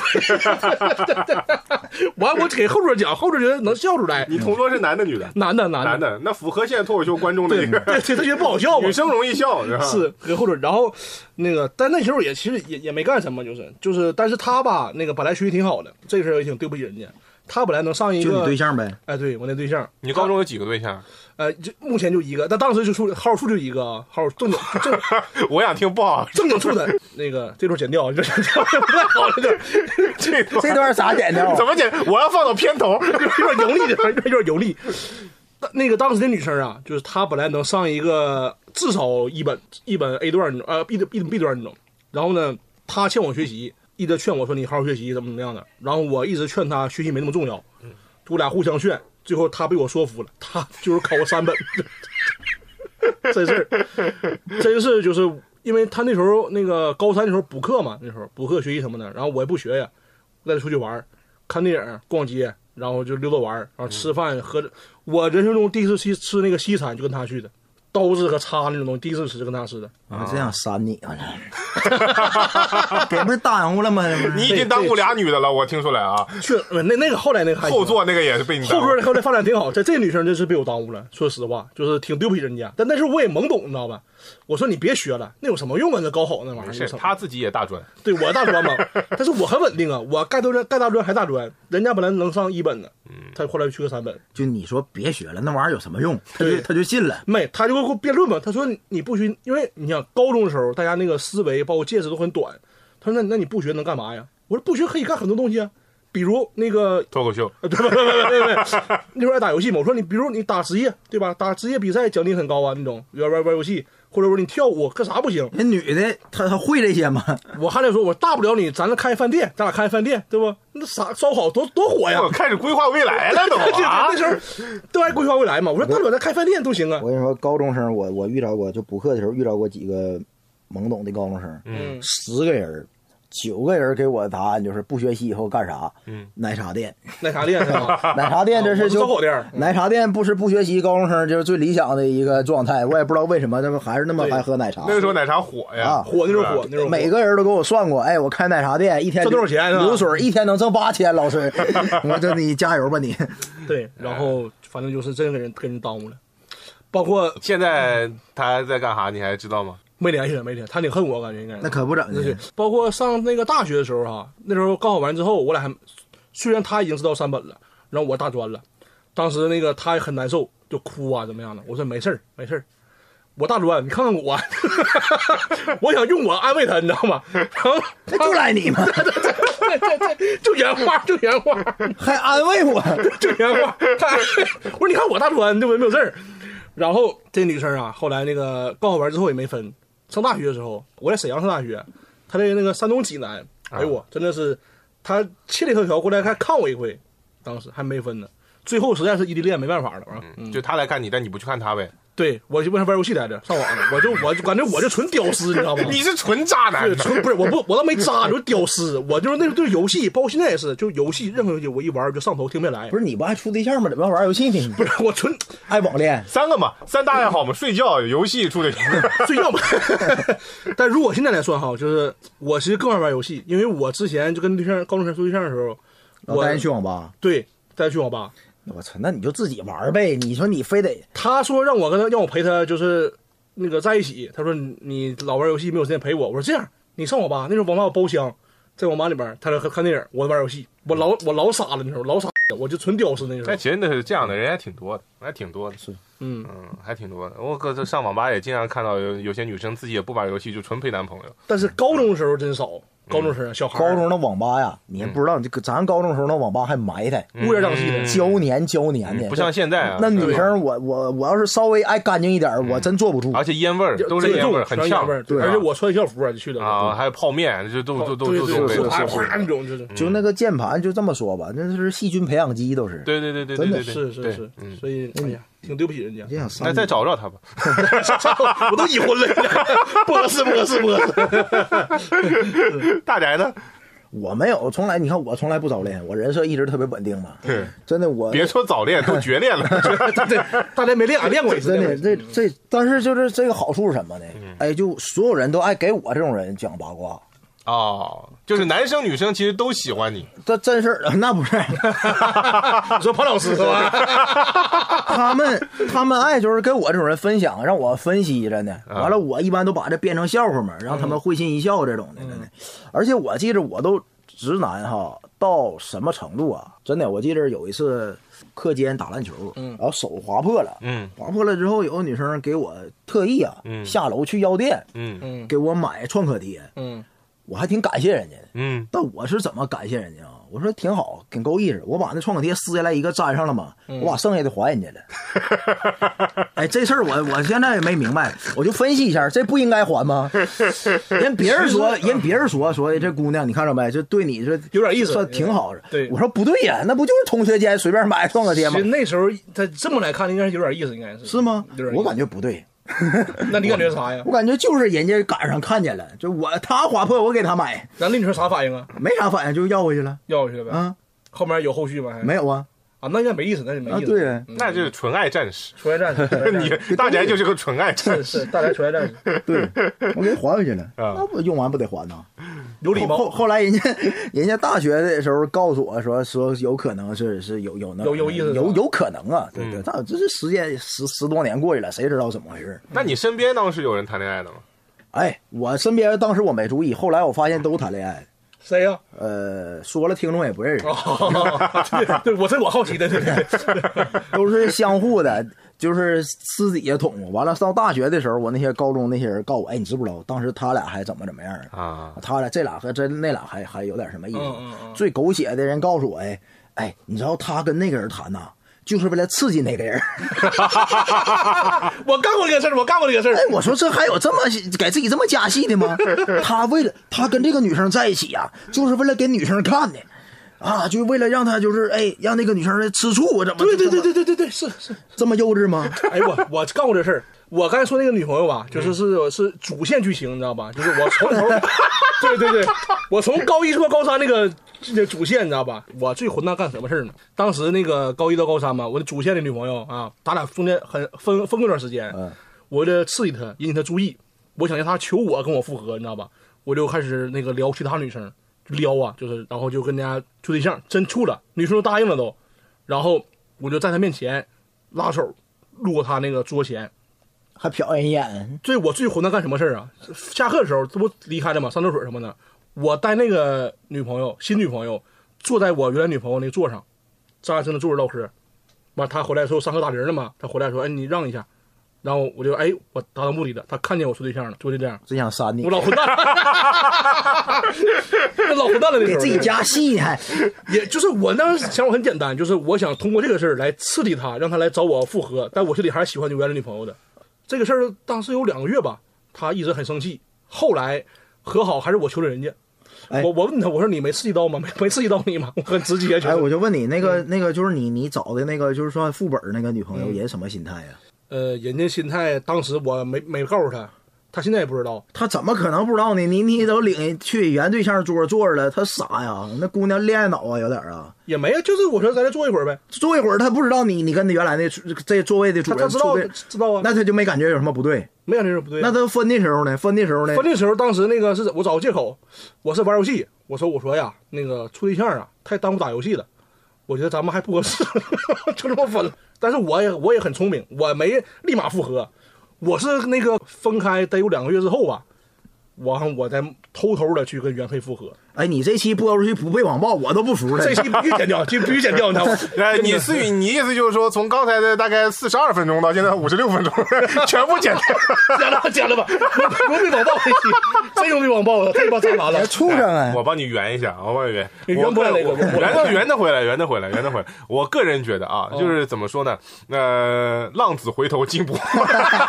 完我给后桌讲，后桌觉得能笑出来。 你同桌是男的女的？ 男的男的男的，那符合现在脱口秀观众的一个。 对对，他觉得不好笑嘛， 女生容易笑是吧？ 是。给后桌，然后那个，但那时候也其实也也没干什么，就是就是，但是他吧，那个本来学习挺好的，这个事儿也挺对不起人家。他本来能上一个， 就你对象呗？ 哎，对我那对象。 你高中有几个对象？ 呃，就目前就一个，但当时就处号处就一个号正经正。 我想听不好， 正经处的那个这段剪掉，这剪掉不太好了，就这这段咋剪掉？ 怎么剪？我要放到片头， 有点油腻的，有点油腻。那个当时的女生啊，就是她本来能上一个至少一本一本 A 段呃 B 一本 B 段那种，然后呢，她劝我学习，一直劝我说你好好学习怎么怎么样的，然后我一直劝她学习没那么重要，我俩互相劝，最后她被我说服了，她就是考过三本，真是真是就是因为她那时候那个高三的时候补课嘛，那时候补课学习什么的，然后我也不学呀，带她出去玩，看电影，逛街。然后就溜达玩，然后吃饭喝着。我人生中第一次去吃那个西餐，就跟他去的，刀子和叉那种东西，第一次吃就跟他吃的。 我真想扇你啊！给不是耽误了吗？ 你已经耽误俩女的了，我听出来啊。 去那那个后来那个后座那个也是被你耽误。 后座后来发展挺好，这这女生真是被我耽误了。说实话，就是挺对不起人家。但那时候我也懵懂，你知道吧？我说你别学了，那有什么用啊？那高考那玩意儿。 是他自己也大专， 对我大专嘛，但是我很稳定啊，我盖大专盖大专还大专，人家本来能上一本的，他后来去个三本。 就你说别学了，那玩意儿有什么用？他就他就信了。 没，他就给我辩论嘛。他说你不学，因为你想高中的时候，大家那个思维包括见识都很短。他说那那你不学能干嘛呀？我说不学可以干很多东西啊。比如那个脱口秀， 对对对对对，那时候爱打游戏嘛。我说你，比如你打职业，对吧？打职业比赛奖励很高啊，那种玩玩玩游戏，或者说你跳舞，干啥不行？ 那女的她她会这些吗？ 我还得说，我大不了你，咱俩开饭店，咱俩开饭店，对不？那啥烧烤多多火呀！ 我开始规划未来了都啊！ 那时候都爱规划未来嘛。我说大不了咱开饭店都行啊。 我跟你说，高中生我我遇到过，就补课的时候遇到过几个懵懂的高中生，嗯，十个人。九个人给我的答案就是不学习以后干啥？嗯，奶茶店， 奶茶店是吧？ 奶茶店这是就烧烤店， 奶茶店不是不学习高中生就是最理想的一个状态。我也不知道为什么，他们还是那么还喝奶茶。 那个时候奶茶火呀， 啊， 火那时候火，那时候每个人都给我算过，哎，我开奶茶店一天挣多少钱？ 流水一天能挣八千，老师，我这你加油吧你。 对，然后反正就是真给人给人耽误了，包括现在他在干啥？你还知道吗？ 没联系了，没联系，他挺恨我，感觉应该。 那可不整的。 包括上那个大学的时候哈、啊，那时候高考完之后，我俩还虽然他已经知道三本了， 然后我大专了，当时那个他也很难受，就哭啊怎么样的，我说没事儿没事儿，我大专，你看看我，我想用我安慰他，你知道吗？然后那就赖你嘛， 对对对对，就原话就原话， 还安慰我， 就原话。他我说你看我大专对不对？没有事儿。然后这女生啊，后来那个高考完之后也没分。上大学的时候，我在沈阳上大学，她在那个山东济南，哎呦我真的是，她千里迢迢过来还看我一回，当时还没分呢。最后实在是异地恋没办法了啊、 嗯，就他来看你，但你不去看他呗。 对，我就为啥玩游戏来着？上网呢，我就我就感觉我就纯屌丝，你知道吗？ 你是纯渣男， 对，纯不是我不我倒没渣，就是屌丝。我就是那对游戏，包括现在也是，就游戏任何游戏我一玩就上头，停不下来。 不是你不爱处对象吗？怎么玩游戏呢？ 不是我纯爱网恋， 三个嘛，三大爱好嘛，睡觉、游戏、处对象， 睡觉嘛。但如果现在来算哈，就是我其实更爱玩游戏，因为我之前就跟对象高中生处对象的时候，我带人去网吧， 对，带去网吧。 我操，那你就自己玩呗。你说你非得， 他说让我跟他让我陪他，就是那个在一起。他说你你老玩游戏没有时间陪我。我说这样，你上网吧，那时候网吧有包厢，在网吧里边，他看电影，我玩游戏。我老我老傻了那时候，老傻了，我就纯屌丝那时候。 但其实那是这样的人还挺多的，还挺多的， 是嗯嗯，还挺多的。我搁这上网吧也经常看到有有些女生自己也不玩游戏，就纯陪男朋友。 但是高中的时候真少。高中生小孩， 高中的网吧呀，你还不知道，这个咱高中时候那网吧还埋汰， 乌烟瘴气的， 胶黏胶黏的， 不像现在啊。 那女生，我我我要是稍微爱干净一点，我真坐不住。 而且烟味儿都是烟味儿，很呛。 对，而且我穿校服就去的啊，还有泡面，就都都都都都都啪啪那种，就是就那个键盘，就这么说吧，那是细菌培养基，都是。 对对对对， 真的是是是，所以哎呀，挺对不起人家。 那再找找他吧， 我都已婚了，不合适不合适不合适。 大宅呢？ 我没有，从来你看我从来不早恋，我人设一直特别稳定嘛。 对， 真的我别说早恋，都绝恋了。 对，大家没恋，俺恋过一次。 真的，这这，但是就是这个好处是什么呢？哎，就所有人都爱给我这种人讲八卦。 哦，就是男生女生其实都喜欢你， 这真是那不是？ 你说潘老师是吧？ 他们他们爱就是跟我这种人分享，让我分析着呢。完了，我一般都把这变成笑话嘛，让他们会心一笑这种的。真的，而且我记着我都直男哈到什么程度啊？真的，我记着有一次课间打篮球，然后手划破了， 嗯， 划破了之后，有个女生给我特意啊， 嗯， 下楼去药店， 嗯嗯， 给我买创可贴， 嗯。 我还挺感谢人家的， 嗯， 但我是怎么感谢人家啊？我说挺好，挺够意思。我把那创可贴撕下来一个粘上了嘛， 嗯、 我把剩下的还人家了。哎，这事儿我我现在也没明白，我就分析一下，这不应该还吗？人别人说，人别人说说这姑娘，你看着没？这对你这有点意思， 算挺好的。 对， 我说不对呀，那不就是同学间随便买创可贴吗？ 其实那时候他这么来看，应该是有点意思，应该是是吗？我感觉不对。 那你感觉啥呀？ 我感觉就是人家赶上看见了，就我他划破，我给他买。 那那女生啥反应啊？ 没啥反应，就要回去了。 要回去了呗。 啊， 后面有后续吗？ 没有啊。 啊，那应该没意思，那就没意思。 啊、对、嗯， 那就是纯爱战士。 纯爱战士， 你大宅就是个纯爱战士。 是是，大宅纯爱战士。 对，我给还回去了。啊，那不用完不得还呐？ 有礼貌。 后后来人家人家大学的时候告诉我说说有可能是是有有那有有意思， 有有可能啊，对对，但这是时间十十多年过去了，谁知道怎么回事？ 那你身边当时有人谈恋爱的吗？ 哎，我身边当时我没注意，后来我发现都谈恋爱。 谁呀、啊？ 呃，说了听众也不认识。 哦、对, 对，我这我好奇的，对对对， 都是相互的，就是私底下捅。完了，到大学的时候，我那些高中那些人告我，哎，你知不知道，当时他俩还怎么怎么样啊？ 他俩这俩和这那俩还还有点什么意思？ 嗯嗯嗯、 最狗血的人告诉我，哎哎，你知道他跟那个人谈呐？就是为了刺激那个人。 我干过这个事儿，我干过这个事儿。 哎，我说这还有这么给自己这么加戏的吗？他为了他跟这个女生在一起呀、啊，就是为了给女生看的，啊，就为了让他就是哎让那个女生吃醋，我怎么？ 对对对对对对对，是是这么幼稚吗？ 哎，我我干过这事儿。我刚才说那个女朋友吧，就是是是主线剧情，你知道吧？就是我从头，对对对，我从高一说高三那个这主线，你知道吧？我最混蛋干什么事儿呢？当时那个高一到高三嘛，我的主线的女朋友啊，咱俩中间很分分过段时间， 嗯， 我为了刺激她，引起她注意，我想让她求我跟我复合，你知道吧？我就开始那个撩其他女生，撩啊，就是然后就跟人家处对象，真处了，女生都答应了都，然后我就在她面前拉手路过她那个桌前。 还瞟人眼， 最我最混蛋干什么事儿啊？下课的时候，这不离开了吗？上厕所什么的。我带那个女朋友，新女朋友，坐在我原来女朋友那个座上， 张安生的座位唠嗑，完他回来说上课打铃了嘛，他回来说哎你让一下，然后我就哎我达到目的了，他看见我处对象了，就这样， 真想删你， 我老混蛋了，老混蛋了， 给自己加戏还， 也就是我当时想法很简单，就是我想通过这个事儿来刺激他，让他来找我复合，但我心里还是喜欢原来女朋友的。这个事儿当时有两个月吧，他一直很生气，后来和好还是我求的人家。 哎、 我我问他，我说你没刺激到吗？没没刺激到你吗？我很直接。 哎，我就问你，那个、嗯、那个就是你你找的那个就是说副本那个女朋友，人什么心态呀、啊？ 呃，人家心态当时我没没告诉他，他现在也不知道。 他怎么可能不知道呢？你你都领去原对象桌坐着了，他傻呀？那姑娘恋爱脑啊，有点啊。 也没有，就是我说咱再坐一会儿呗， 坐一会儿，他不知道你你跟原来的这座位的主人， 他知道知道啊， 那他就没感觉有什么不对， 没感觉有不对。 那他分的时候呢？分的时候呢？ 分的时候，当时那个是我找个借口，我是玩游戏，我说我说呀，那个处对象啊，太耽误打游戏了，我觉得咱们还不合适，就这么分了。但是我也我也很聪明，我没立马复合，我是那个分开得有两个月之后吧，我我再偷偷的去跟原配复合。 哎，你这期播出去不被网暴，我都不服了。 这期必须剪掉，就必须剪掉，你知道吗？ 哎，你思雨，你意思就是说，从刚才的大概四十二分钟到现在五十六分钟，全部剪掉， 剪了，剪了吧，不被网暴这期，真有被网暴了，太他妈渣男了， 畜生啊！ 我帮你圆一下，我帮你圆， 圆不来那个， 圆的圆的回来，圆的回来，圆的回来。我个人觉得啊，就是怎么说呢？呃，浪子回头金不换。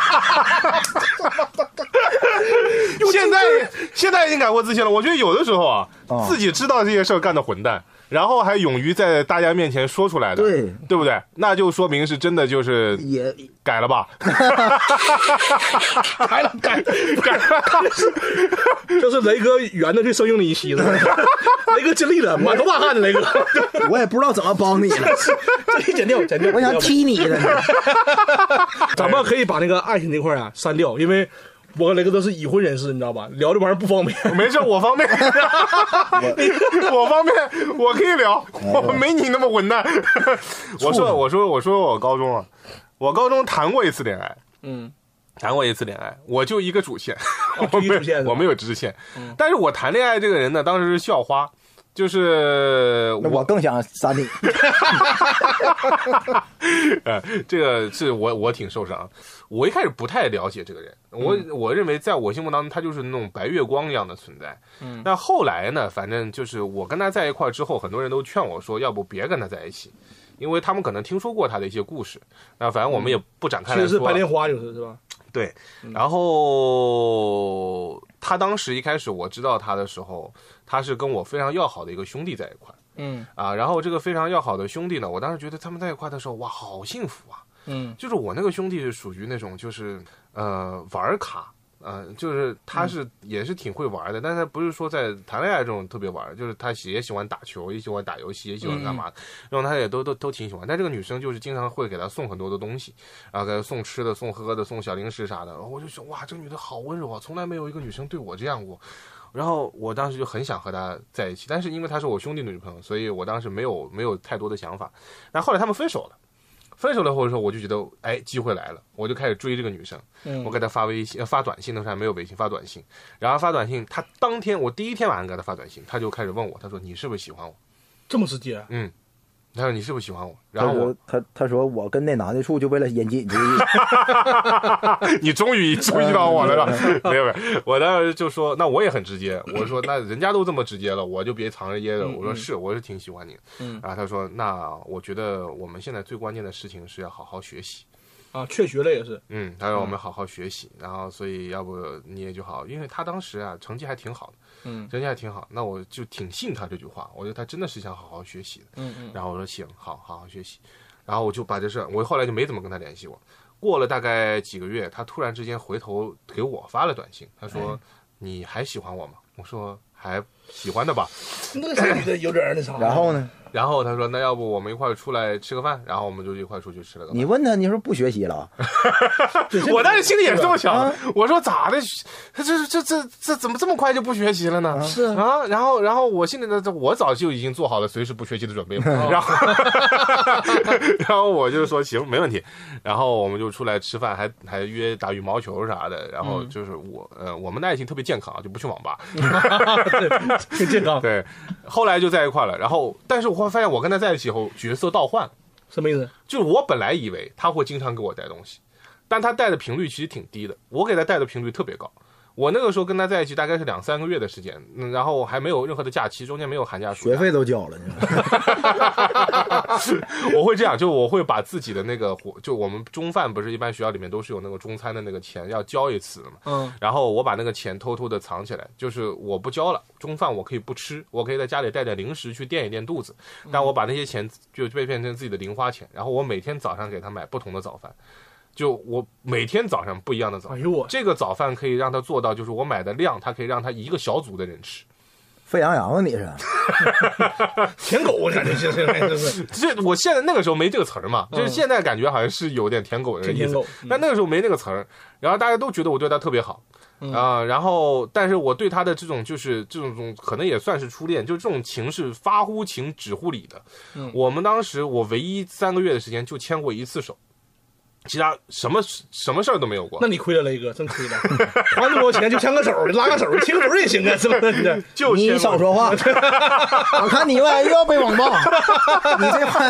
现在现在已经改过自新了，我觉得有的时候啊，哦、自己知道这些事儿干的混蛋，然后还勇于在大家面前说出来的， 对对不对？那就说明是真的就是也改了吧， 改了改改了，这是雷哥圆的最生硬的一期了，雷哥尽力了，满头大汗的雷哥， 我也不知道怎么帮你了， 这剪掉剪掉， 我想踢你的， 咱们可以把那个爱情那块啊删掉，因为。我跟雷哥都是已婚人士，你知道吧？聊这玩意儿不方便。 没事，我方便。我, 我方便，我可以聊，我没你那么混蛋。我说，我说，我说，我高中啊，我高中谈过一次恋爱， 嗯， 谈过一次恋爱，我就一个主线， 哦、 我没主线我没有支线、嗯。但是我谈恋爱这个人呢，当时是校花。就是我, 我更想杀你。 呃，这个是我我挺受伤。我一开始不太了解这个人，我、嗯、我认为在我心目当中他就是那种白月光一样的存在。嗯，那后来呢，反正就是我跟他在一块之后，很多人都劝我说，要不别跟他在一起，因为他们可能听说过他的一些故事。那反正我们也不展开来说。 其实是白莲花，就是是吧？ 对，然后他当时一开始我知道他的时候，他是跟我非常要好的一个兄弟在一块， 嗯啊，然后这个非常要好的兄弟呢，我当时觉得他们在一块的时候，哇，好幸福啊， 嗯， 就是我那个兄弟是属于那种就是呃玩卡。呃，就是他是、嗯、也是挺会玩的，但是他不是说在谈恋爱这种特别玩，就是他也喜欢打球，也喜欢打游戏，也喜欢干嘛，然后他也都都都挺喜欢。但这个女生就是经常会给他送很多的东西，然后给他送吃的、送喝的、送小零食啥的。我就说哇，这个女的好温柔啊，从来没有一个女生对我这样过。然后我当时就很想和她在一起，但是因为她是我兄弟的女朋友，所以我当时没有没有太多的想法。但后来他们分手了。分手了后的时候，我就觉得，哎，机会来了，我就开始追这个女生。嗯、我给她发微信、发短信，那时候还没有微信，发短信。然后发短信，她当天我第一天晚上给她发短信，她就开始问我，她说你是不是喜欢我？ 这么直接？ 嗯。他说你是不是喜欢我？然后我他他说我跟那男的处就为了引起你注意。 你终于注意到我了是吧？没有没有，我当时就说那我也很直接，我说那人家都这么直接了，我就别藏着掖着。我说是，我是挺喜欢你的。嗯，然后他说那我觉得我们现在最关键的事情是要好好学习。 啊，确学了也是。 嗯，他让我们好好学习，然后所以要不你也就好，因为他当时啊成绩还挺好的，嗯，成绩还挺好，那我就挺信他这句话，我觉得他真的是想好好学习的， 嗯嗯， 然后我说行，好好好学习，然后我就把这事，我后来就没怎么跟他联系过。过了大概几个月，他突然之间回头给我发了短信，他说、嗯、你还喜欢我吗？我说还喜欢的吧。 那个女的有点那啥。 然后呢？ 然后他说那要不我们一块儿出来吃个饭，然后我们就一块儿出去吃了个饭。 你问他，你说不学习了？ 我当时心里也是这么想的、啊、我说咋的，他这这这这怎么这么快就不学习了呢？ 啊是啊，然后然后我心里的我早就已经做好了随时不学习的准备了，然后然后我就说行没问题，然后我们就出来吃饭，还还约打羽毛球啥的，然后就是我呃我们的爱情特别健康，就不去网吧。 挺健康。 对，后来就在一块了。然后，但是我会发现，我跟他在一起后，角色倒换。 什么意思？ 就是我本来以为他会经常给我带东西，但他带的频率其实挺低的，我给他带的频率特别高。我那个时候跟他在一起大概是两三个月的时间，嗯，然后还没有任何的假期，中间没有寒假暑假， 学费都交了。 我会这样，就我会把自己的那个，就我们中饭不是一般学校里面都是有那个中餐的那个钱要交一次的嘛， 嗯， 然后我把那个钱偷偷的藏起来，就是我不交了，中饭我可以不吃，我可以在家里带点零食去垫一垫肚子，但我把那些钱就被变成自己的零花钱，然后我每天早上给他买不同的早饭。就我每天早上不一样的早饭， 哎呦我这个早饭可以让他做到，就是我买的量，他可以让他一个小组的人吃。 沸羊羊啊，你是舔狗，我感觉现在就是。 这我现在那个时候没这个词儿嘛，就是现在感觉好像是有点舔狗的意思， 嗯、 但那个时候没那个词儿，然后大家都觉得我对他特别好。啊、 嗯呃，然后，但是我对他的这种就是这种可能也算是初恋，就这种情是发乎情止乎礼的。 嗯， 我们当时我唯一三个月的时间就牵过一次手。其他什么什么事儿都没有过。 那你亏了，雷哥，真亏了。花那么多钱就牵个手，拉个手，牵个手也行啊，是吧？ 就你少说话，我看你们又要被网暴。你这话，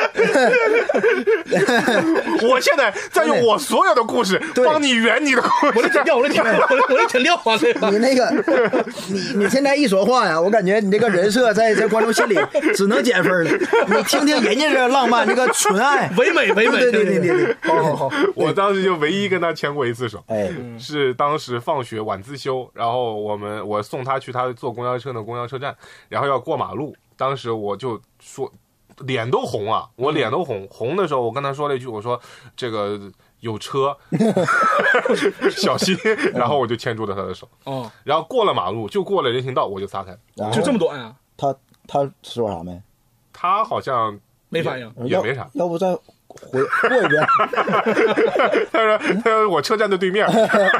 我现在在用我所有的故事帮你圆你的故事。 我这挺料，我这挺料，我这挺料啊！ 你那个，你你现在一说话呀，我感觉你这个人设在在观众心里只能减分了。你听听人家这浪漫，这个纯爱， 唯美唯美。 对对对对对。好好好， 我当时就唯一跟他牵过一次手， 哎， 是当时放学晚自修，然后我们我送他去他坐公交车的公交车站，然后要过马路，当时我就说脸都红啊，我脸都红，红的时候我跟他说了一句，我说这个有车小心，然后我就牵住了他的手， 哦， 然后过了马路就过了人行道，我就撒开， 就这么短啊？ 他他说啥没？ 他好像没反应， 也没啥， 要, 要不再回过一遍。 他说他说我车站的对面。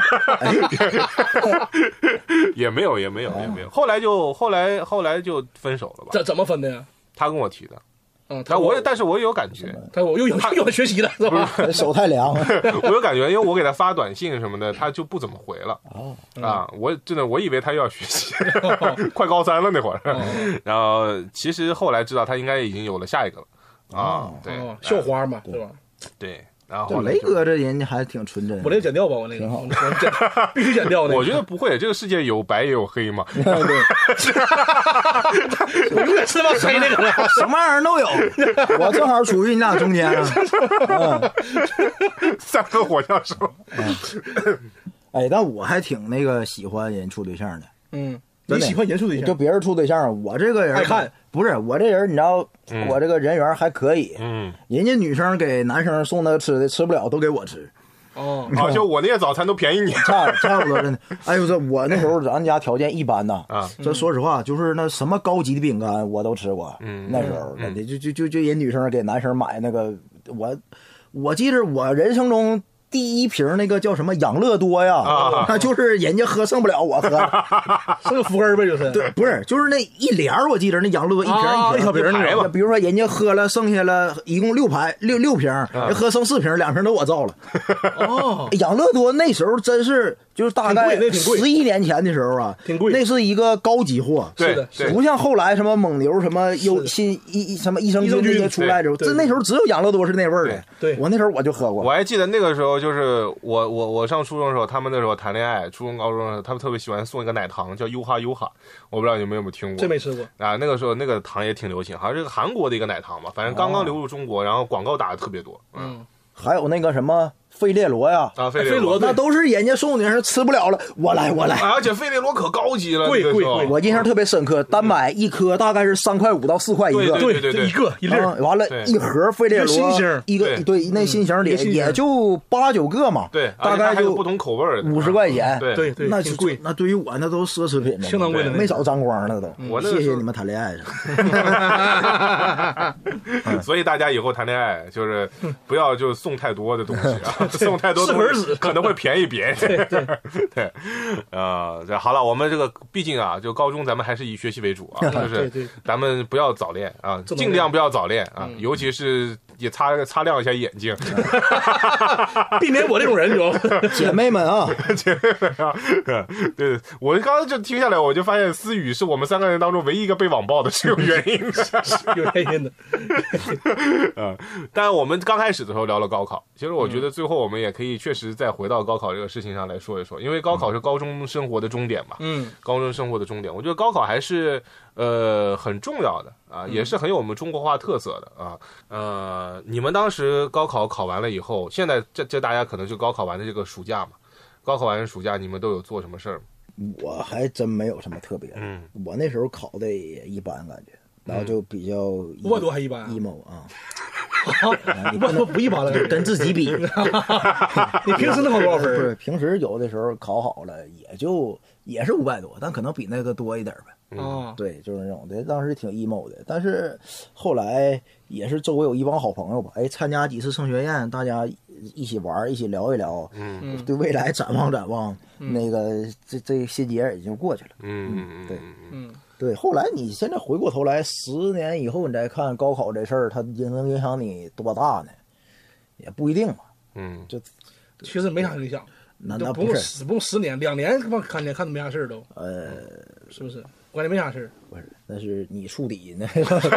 也没有也没有也没有，后来就后来后来就分手了吧？ 怎怎么分的呀？ 他跟我提的。 嗯， 但我但是我也有感觉， 他我又有又有学习的是吧？ 手太凉。 我有感觉，因为我给他发短信什么的，他就不怎么回了。哦啊，我真的我以为他又要学习，快高三了那会儿。然后其实后来知道他应该已经有了下一个了。啊，对， 校花嘛，对吧？ 对。然后雷哥这人还挺纯真， 我那个剪掉吧，我那个必须剪掉那个。 我觉得不会，这个世界有白也有黑嘛。 对， 我永远是吧黑那个了， 什么玩意儿都有。我正好处于你俩中间啊。 三个火枪手。 哎，但我还挺那个喜欢人处对象的。 嗯。你喜欢人处对象？ 就别人处对象，我这个人爱看， 不是我这人，你知道， 嗯、 我这个人缘还可以。 嗯， 人家女生给男生送的吃的吃不了，都给我吃。 哦， 啊，就我那些早餐都便宜你， 差差不多真的。哎呦，这我那时候咱家条件一般呐， 啊， 这说实话，就是那什么高级的饼干我都吃过。 嗯， 那时候， 嗯、 就就就就人女生给男生买那个，我我记着我人生中。第一瓶那个叫什么养乐多呀，啊，就是人家喝剩不了，我喝， 是个福根呗，就是。 对，不是，就是那一帘我记着那养乐多一瓶一瓶一小瓶那个，比如说人家喝了剩下了一共六排六六瓶，人喝剩四瓶，两瓶都我造了。 哦， 养乐多那时候真是就是大概十一年前的时候啊， 挺贵， 那是一个高级货， 是的， 不像后来什么蒙牛什么优新一什么益生菌那些出来之后，这那时候只有养乐多是那味儿的。 对， 我那时候我就喝过， 我还记得那个时候就是我。我我我上初中的时候，他们那时候谈恋爱，初中高中的时候，他们特别喜欢送一个奶糖，叫优哈优哈，我不知道你们有没有听过？ 这没吃过啊。那个时候那个糖也挺流行，好像是个韩国的一个奶糖嘛，反正刚刚流入中国，然后广告打的特别多。 嗯， 还有那个什么费列罗呀， 啊，费列罗那都是人家送女生吃不了了，我来我来。 而且费列罗可高级了， 贵贵贵， 我印象特别深刻，单买一颗大概是三块五到四块一个， 对对对， 一个一粒， 完了，一盒费列罗新型一个，对，那新型里也就八九个嘛， 对， 大概就不同口味的， 五十块钱， 对对对， 那就贵，那对于我那都是奢侈品， 相当贵的， 没少沾光了都。谢谢你们谈恋爱。 所以大家以后谈恋爱就是不要就送太多的东西啊。 送太多东西可能会便宜别人。 对对对，呃，好了，我们这个毕竟啊，就高中咱们还是以学习为主啊，就是咱们不要早恋啊，尽量不要早恋啊，尤其是也擦擦亮一下眼睛， 避免我这种人就姐妹们啊， 姐妹们啊，对，我刚刚就听下来，我就发现思雨是我们三个人当中唯一一个被网暴的，是有原因的， 有原因的。 嗯，但我们刚开始的时候聊了高考，其实我觉得最后我们也可以确实再回到高考这个事情上来说一说，因为高考是高中生活的终点嘛，嗯，高中生活的终点，我觉得高考还是呃很重要的啊，也是很有我们中国化特色的啊。呃，你们当时高考考完了以后，现在这这大家可能就高考完的这个暑假嘛，高考完的暑假你们都有做什么事儿吗？ 我还真没有什么特别，嗯，我那时候考的也一般，感觉。然后就比较五百多还一般 emo 啊， 你不不一般了， 跟自己比。 你平时能考多少分？ 不是，平时有的时候考好了，也就也是五百多，但可能比那个多一点呗。 啊， 对，就是那种的。当时挺 emo 的，但是后来也是周围有一帮好朋友吧，哎，参加几次升学宴，大家一起玩，一起聊一聊，嗯，对未来展望展望，嗯、那个这这心结已经过去了。 嗯嗯，对， 嗯。 对，后来你现在回过头来，十年以后你再看高考这事儿，它能影响你多大呢？也不一定吧。 嗯， 就其实没啥影响， 那那不用十不用十年，两年看见看都没啥事儿都。 呃， 是不是？关键没啥事儿。 不是，那是你树底呢。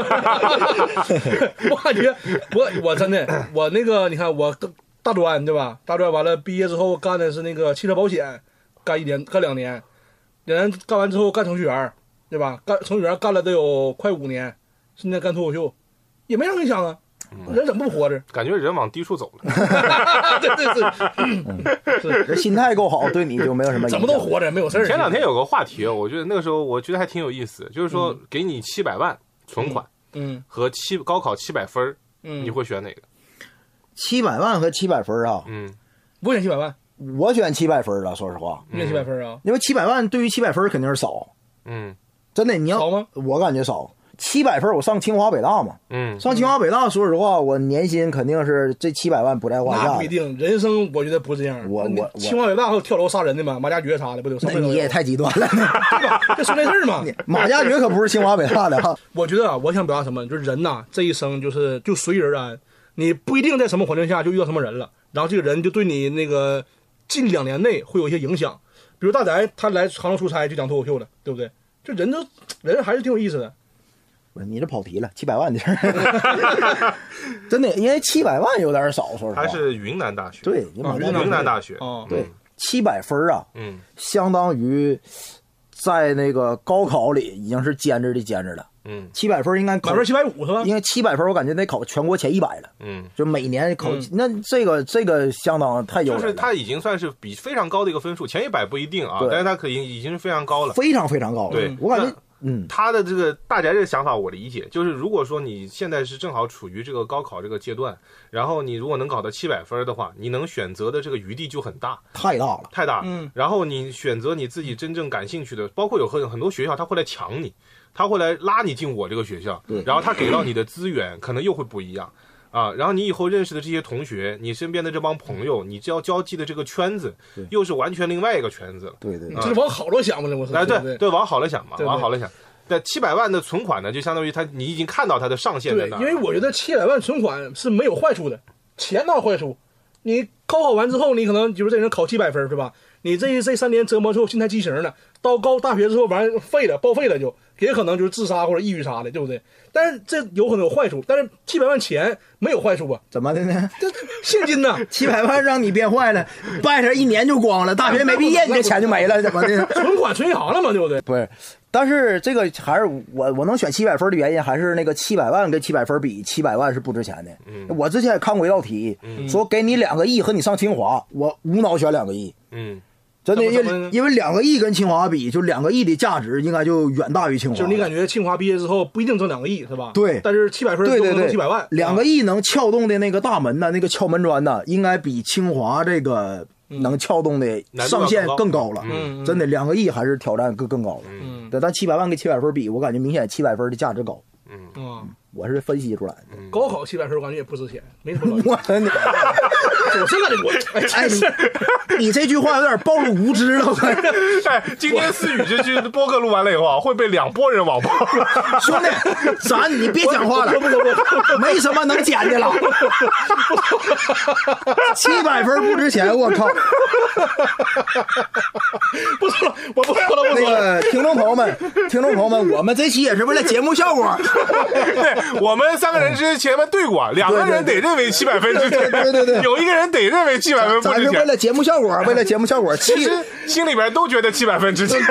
我感觉我我真的我那个你看我大专对吧？大专完了毕业之后干的是那个汽车保险，干一年干两年，两年干完之后干程序员。对吧？干程序员干了得有快五年，现在干脱口秀，也没啥影响啊。嗯、人怎么不活着？ 感觉人往低处走了。 对对对， 是这心态够好，对你就没有什么影响。 怎么都活着，没有事儿。 前两天有个话题，我觉得那个时候我觉得还挺有意思，就是说给你七百万存款， 嗯， 和七高考七百分，嗯，你会选哪个？ 七百万和七百分啊？ 嗯， 我选七百万， 我选七百分了。说实话， 你选七百分啊？ 因为七百万对于七百分肯定是少。 嗯。 真的，你要少吗？ 我感觉少。七百分，我上清华北大嘛。 嗯， 上清华北大，说实话，我年薪肯定是这七百万不在话下。 那不一定，人生我觉得不是这样。 我我清华北大还有跳楼杀人的嘛，马加爵啥的不都？ 那你也太极端了， 对吧？这说这事儿嘛。 马加爵可不是清华北大的哈。 我觉得啊，我想表达什么，就是人呐，这一生就是就随遇而安，你不一定在什么环境下就遇到什么人了，然后这个人就对你那个近两年内会有一些影响。比如大宅他来杭州出差就讲脱口秀了，对不对？就人都人还是挺有意思的。 不是你这跑题了，七百万的事儿，真的，因为七百万有点少，说实话。 他是云南大学， 对， 云南大学， 哦， 对，七百分啊， 嗯， 相当于在那个高考里已经是兼职的兼职了。 嗯， 七百分应该考分七百五是吧？ 因为七百分我感觉得考全国前一百了。 嗯， 就每年考， 嗯、 那这个这个相当太诱人了。 就是他已经算是比非常高的一个分数，前一百不一定啊，但是他可以已经是非常高了， 非常非常高了。 对， 我感觉。嗯， 他的这个大宅这个想法我理解，就是如果说你现在是正好处于这个高考这个阶段，然后你如果能考到七百分的话，你能选择的这个余地就很大， 太大了， 太大了。 嗯， 然后你选择你自己真正感兴趣的，包括有很很多学校他会来抢你，他会来拉你进我这个学校， 对， 然后他给到你的资源可能又会不一样。啊，然后你以后认识的这些同学，你身边的这帮朋友，你交交际的这个圈子，又是完全另外一个圈子了。 对对， 这是往好了想嘛？这我说， 哎，对对，往好了想嘛， 对对往好了想。对，七百万的存款呢，就相当于他你已经看到他的上限在哪。 对，因为我觉得七百万存款是没有坏处的，钱哪有坏处？你高考完之后，你可能就是这人考七百分是吧？你这这三年折磨之后心态畸形了，到高大学之后完废了，报废了就，也可能就是自杀或者抑郁啥的，对不对？但是这有可能有坏处，但是七百万钱没有坏处啊？ 怎么的呢？ 这现金呢？ 七百万让你变坏了，办事一年就光了，大学没毕业你这钱就没了，怎么的？ 存款存银行了嘛，对不对？ 不是。但是这个还是我我能选七百分的原因，还是那个七百万跟七百分比，七百万是不值钱的。 嗯， 我之前也看过一道题， 嗯、 说给你两个亿和你上清华，我无脑选两个亿。 嗯， 真的，因为因为两个亿跟清华比，就两个亿的价值应该就远大于清华。 就是你感觉清华毕业之后不一定挣两个亿是吧？ 对。 但是七百分对对对， 七百万， 两个亿能撬动的那个大门呢，那个敲门砖呢，应该比清华这个。能撬动的上限更高了， 嗯， 真的两个亿还是挑战更更高了， 嗯， 对，但七百万跟七百分比，我感觉明显七百分的价值高， 嗯嗯， 我是分析出来的。 高考七百分我感觉也不值钱，没什么老。 我真的， 我是感觉我， 哎，你你这句话有点暴露无知了。 哎，今天思雨这句播客录完了以后啊，会被两拨人网暴。 兄弟，咱你别讲话了，没什么能捡的了。七百分不值钱，我靠！ 不说了，我不说了，不那说了。 个听众朋友们，听众朋友们，我们这期也是为了节目效果。 对，我们三个人之前面对过，两个人得认为七百分值钱， 对对对， 有一个人得认为七百分不咱值钱。 是为了节目效果，为了节目效果， 其实心里边都觉得七百分值钱。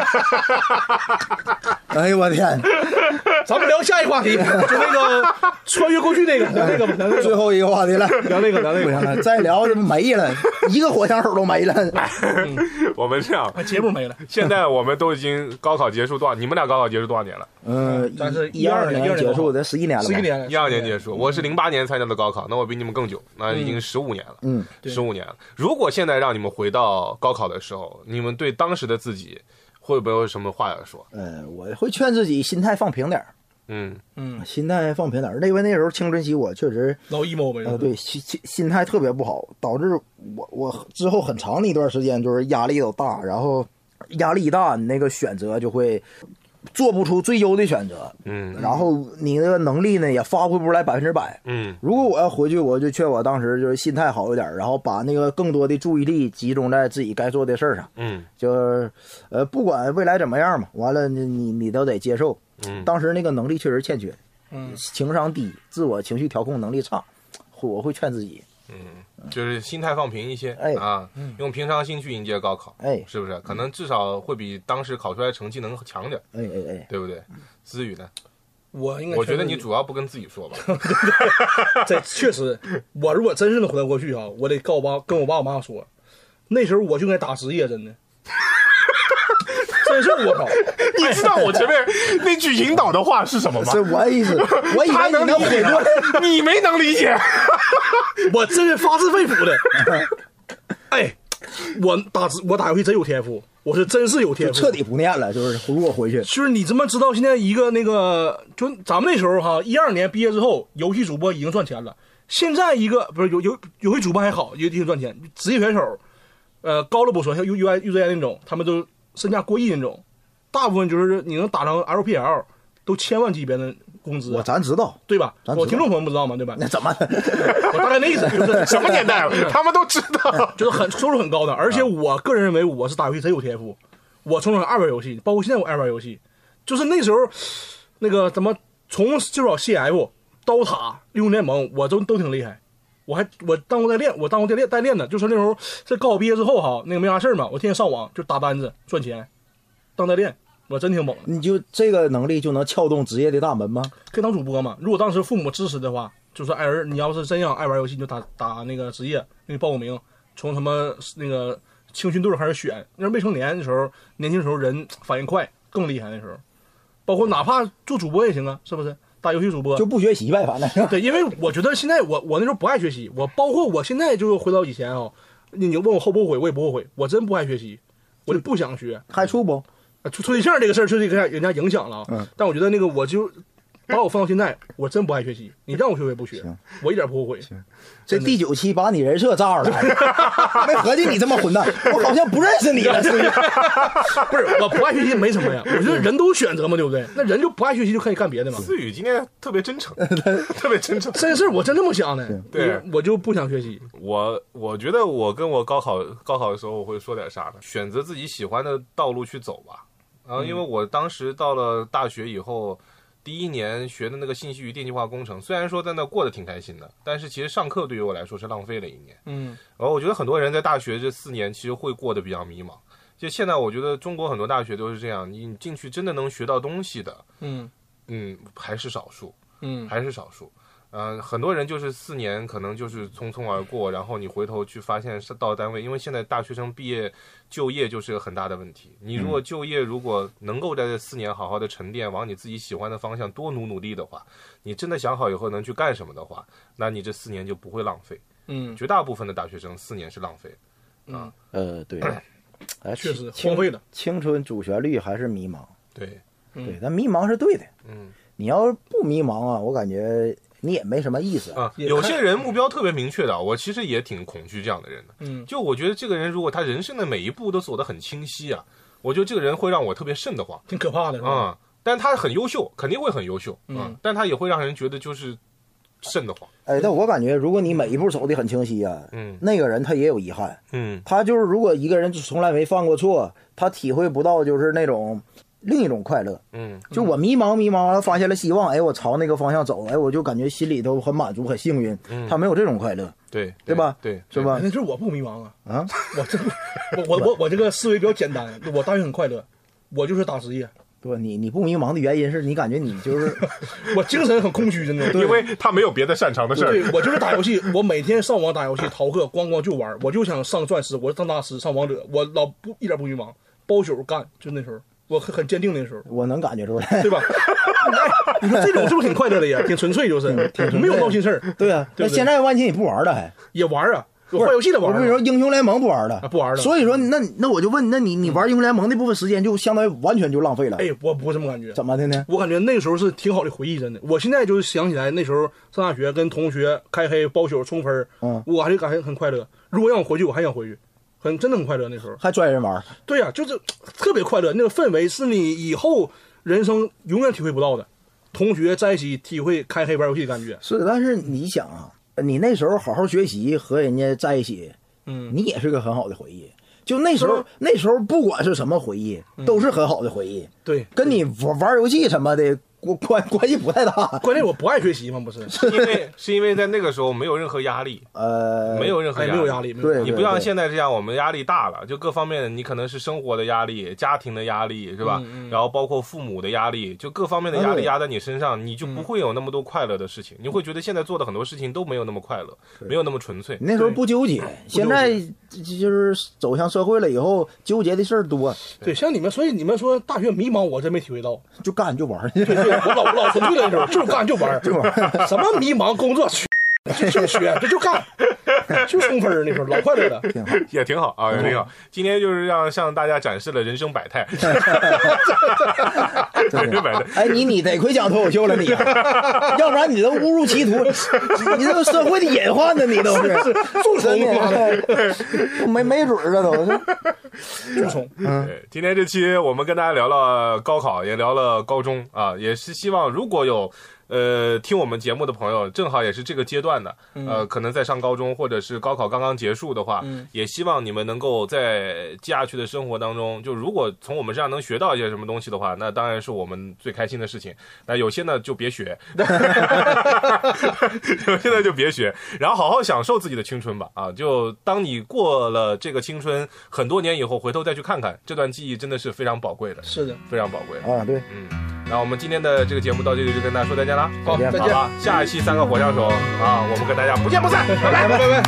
哎呦我天！ 咱们聊下一个话题，就那个穿越过去那个，聊那个吧，聊那个， 最后一个话题了， 聊那个，聊那个。 不行了，再聊就没了，一个火枪手都没了。 我们这样， 节目没了。 现在我们都已经高考结束多少？你们俩高考结束多少年了？ 嗯， 咱是一二年结束的，十一年了。 十一年了， 一二年结束。我是零八年参加的高考，那我比你们更久，那已经十五年了。 嗯， 十五年了。如果现在让你们回到高考的时候，你们对当时的自己会不会有什么话要说？ 呃，我会劝自己心态放平点儿。 嗯嗯，心态放平点儿。因为那时候青春期我确实老 emo 呗。 呃，对，心心心态特别不好，导致我我之后很长的一段时间就是压力都大，然后压力一大，你那个选择就会做不出最优的选择。 嗯， 然后你的能力呢也发挥不出来百分之百。 嗯， 如果我要回去，我就劝我当时就是心态好一点，然后把那个更多的注意力集中在自己该做的事儿上。 嗯， 就是呃，不管未来怎么样嘛，完了你你你都得接受。 嗯， 当时那个能力确实欠缺， 嗯， 情商低，自我情绪调控能力差，我会劝自己， 嗯，就是心态放平一些， 哎啊，用平常心去迎接高考， 哎， 是不是？可能至少会比当时考出来的成绩能强点， 哎哎哎， 对不对？思雨呢？ 我应该， 我觉得你主要不跟自己说吧。 这确实，我如果真是能回到过去啊，我得告我爸，跟我爸我妈说，那时候我就应该打职业，真的。真是我靠！ 你知道我前面那句引导的话是什么吗？ 是我意思，我以为你能回过， 你没能理解。 我真是发自肺腑的。哎，我打我打游戏真有天赋，我是真是有天赋， 彻底不念了。就是如果回去， 就是你怎么知道现在一个那个，就咱们那时候哈，一二年毕业之后，游戏主播已经赚钱了。现在一个不是游游游戏主播还好，也挺赚钱，职业选手，呃，高了不说，像 U U I U Z I 那种，他们都身价过亿那种，大部分就是你能打成 L P L 都千万级别的工资。 我咱知道， 对吧？ 咱我听众朋友们不知道吗？对吧？ 那怎么？ 我大概那意思就是什么年代了，他们都知道， 就是很收入很高的。而且我个人认为我是打游戏真有天赋，我从小爱玩游戏，包括现在我爱玩游戏，就是那时候那个怎么从至少 C F、刀塔、英雄联盟，我都都挺厉害。我还我当过代练，我当过代练代练的，就是那时候在高考毕业之后哈，那个没啥事嘛，我天天上网就打单子赚钱，当代练，我真挺猛的。 你就这个能力就能撬动职业的大门吗？ 可以当主播嘛？如果当时父母支持的话，就说哎儿，你要是真想爱玩游戏，你就打打那个职业，给你报个名，从什么那个青训队开始选。那时候未成年的时候，年轻时候人反应快，更厉害那时候。包括哪怕做主播也行啊，是不是？打游戏主播就不学习呗，反正对，因为我觉得现在我我那时候不爱学习，我包括我现在就回到以前啊，你问我后不后悔，我也不后悔，我真不爱学习，我就不想学。 还处不？ 处处对象这个事儿确实给人家影响了， 嗯， 但我觉得那个我就把我放到现在，我真不爱学习，你让我学我也不学，我一点不后悔。 这第九期把你人设炸出来了，没合计你这么混蛋，我好像不认识你了。 不是，我不爱学习没什么呀，我觉得人都有选择嘛，对不对？那人就不爱学习就可以干别的嘛。 思雨今天特别真诚，特别真诚， 这事我真这么想的。 对， 我就不想学习。 我我觉得我跟我高考高考的时候我会说点啥呢？选择自己喜欢的道路去走吧。然后因为我当时到了大学以后。第一年学的那个信息与电气化工程，虽然说在那过得挺开心的，但是其实上课对于我来说是浪费了一年。 嗯， 然后我觉得很多人在大学这四年其实会过得比较迷茫。就现在我觉得中国很多大学都是这样，你进去真的能学到东西的， 嗯嗯，还是少数， 嗯， 还是少数。嗯、呃，很多人就是四年可能就是匆匆而过，然后你回头去发现是到单位，因为现在大学生毕业就业就是个很大的问题。你如果就业如果能够在这四年好好的沉淀，往你自己喜欢的方向多努努力的话，你真的想好以后能去干什么的话，那你这四年就不会浪费。 嗯， 绝大部分的大学生四年是浪费。 嗯， 呃，对，哎， 确实荒废了。 青春主旋律还是迷茫。 对， 对，但迷茫是对的。 嗯。 你要是不迷茫啊，我感觉你也没什么意思啊。有些人目标特别明确的，我其实也挺恐惧这样的人的。 嗯， 就我觉得这个人如果他人生的每一步都走得很清晰啊，我觉得这个人会让我特别瘆得慌， 挺可怕的，是吧？ 啊、嗯，但他很优秀，肯定会很优秀，嗯， 嗯但他也会让人觉得就是瘆得慌。 哎，但我感觉如果你每一步走得很清晰啊， 嗯， 那个人他也有遗憾， 嗯， 他就是如果一个人就从来没犯过错，他体会不到就是那种。另一种快乐， 嗯， 就我迷茫迷茫完了发现了希望，哎，我朝那个方向走，哎，我就感觉心里头很满足很幸运，嗯，他没有这种快乐， 对对吧？ 对， 是吧？ 那就是我不迷茫啊， 啊， 我这我我我我这个思维比较简单，我大学很快乐，我就是打职业。 对，你你不迷茫的原因是你感觉你就是我精神很空虚，真的， 因为他没有别的擅长的事儿。 对，我就是打游戏，我每天上网打游戏，逃课，咣咣就玩，我就想上钻石，我上大师，上王者，我老不一点不迷茫，包宿干，就那时候。我很很坚定那时候， 我能感觉出来， 对吧？哎，你说这种是不是挺快乐的呀？挺纯粹，就是没有闹心事儿。 对啊，那现在万金你不玩了还？ 也玩啊，我换游戏的玩。 我跟你说，英雄联盟不玩了， 啊、不玩了。 所以说，那那我就问，那你你玩英雄联盟那部分时间就相当于完全就浪费了。 哎，我不这么感觉。 怎么的呢？ 我感觉那个时候是挺好的回忆，真的。我现在就是想起来那时候上大学跟同学开黑包宿冲分，嗯，我还是感觉很快乐。如果让我回去，我还想回去。很真的很快乐，那时候还拽人玩。 对呀、啊，就是特别快乐，那个氛围是你以后人生永远体会不到的。同学在一起体会开黑玩游戏的感觉。 是，但是你想啊，你那时候好好学习和人家在一起，嗯，你也是个很好的回忆。就那时候，那时候不管是什么回忆，都是很好的回忆。 对， 跟你玩玩游戏什么的。关关系不太大， 关键我不爱学习吗？不是， 是因为是因为在那个时候没有任何压力， 呃， 没有任何压力， 没有压力， 对， 你不像现在这样，我们压力大了，就各方面，你可能是生活的压力、家庭的压力，是吧？嗯嗯、然后包括父母的压力，就各方面的压力压在你身上，你就不会有那么多快乐的事情，你会觉得现在做的很多事情都没有那么快乐，没有那么纯粹。 那时候不纠结，现在就是走向社会了以后，纠结的事儿多。 对，像你们，所以你们说大学迷茫，我真没体会到， 就干就玩。 对对，我老我老纯粹。那时候就干就玩， 就玩， 什么迷茫工作去，就就学，这就干，就冲分。那时候老快乐了， 挺好， 也挺好啊，也挺好。今天就是让向大家展示了人生百态，人生百态。 哎，你你得亏讲脱口秀了你、啊，要不然你都误入歧途，你这个社会的隐患呢，你都是蛀虫， 没没准儿啊，都蛀虫。 嗯，今天这期我们跟大家聊了高考，也聊了高中啊，也是希望如果有。呃，听我们节目的朋友，正好也是这个阶段的，呃，可能在上高中或者是高考刚刚结束的话，嗯、也希望你们能够在接下去的生活当中，就如果从我们身上能学到一些什么东西的话，那当然是我们最开心的事情。那有些呢就别学，有些呢就别学，然后好好享受自己的青春吧。啊，就当你过了这个青春很多年以后，回头再去看看，这段记忆真的是非常宝贵的， 是的， 非常宝贵啊，对， 嗯。那我们今天的这个节目到这里就跟大家说再见了， 好，再见。 好吧，下一期三个火枪手啊，我们跟大家不见不散，拜拜拜拜拜。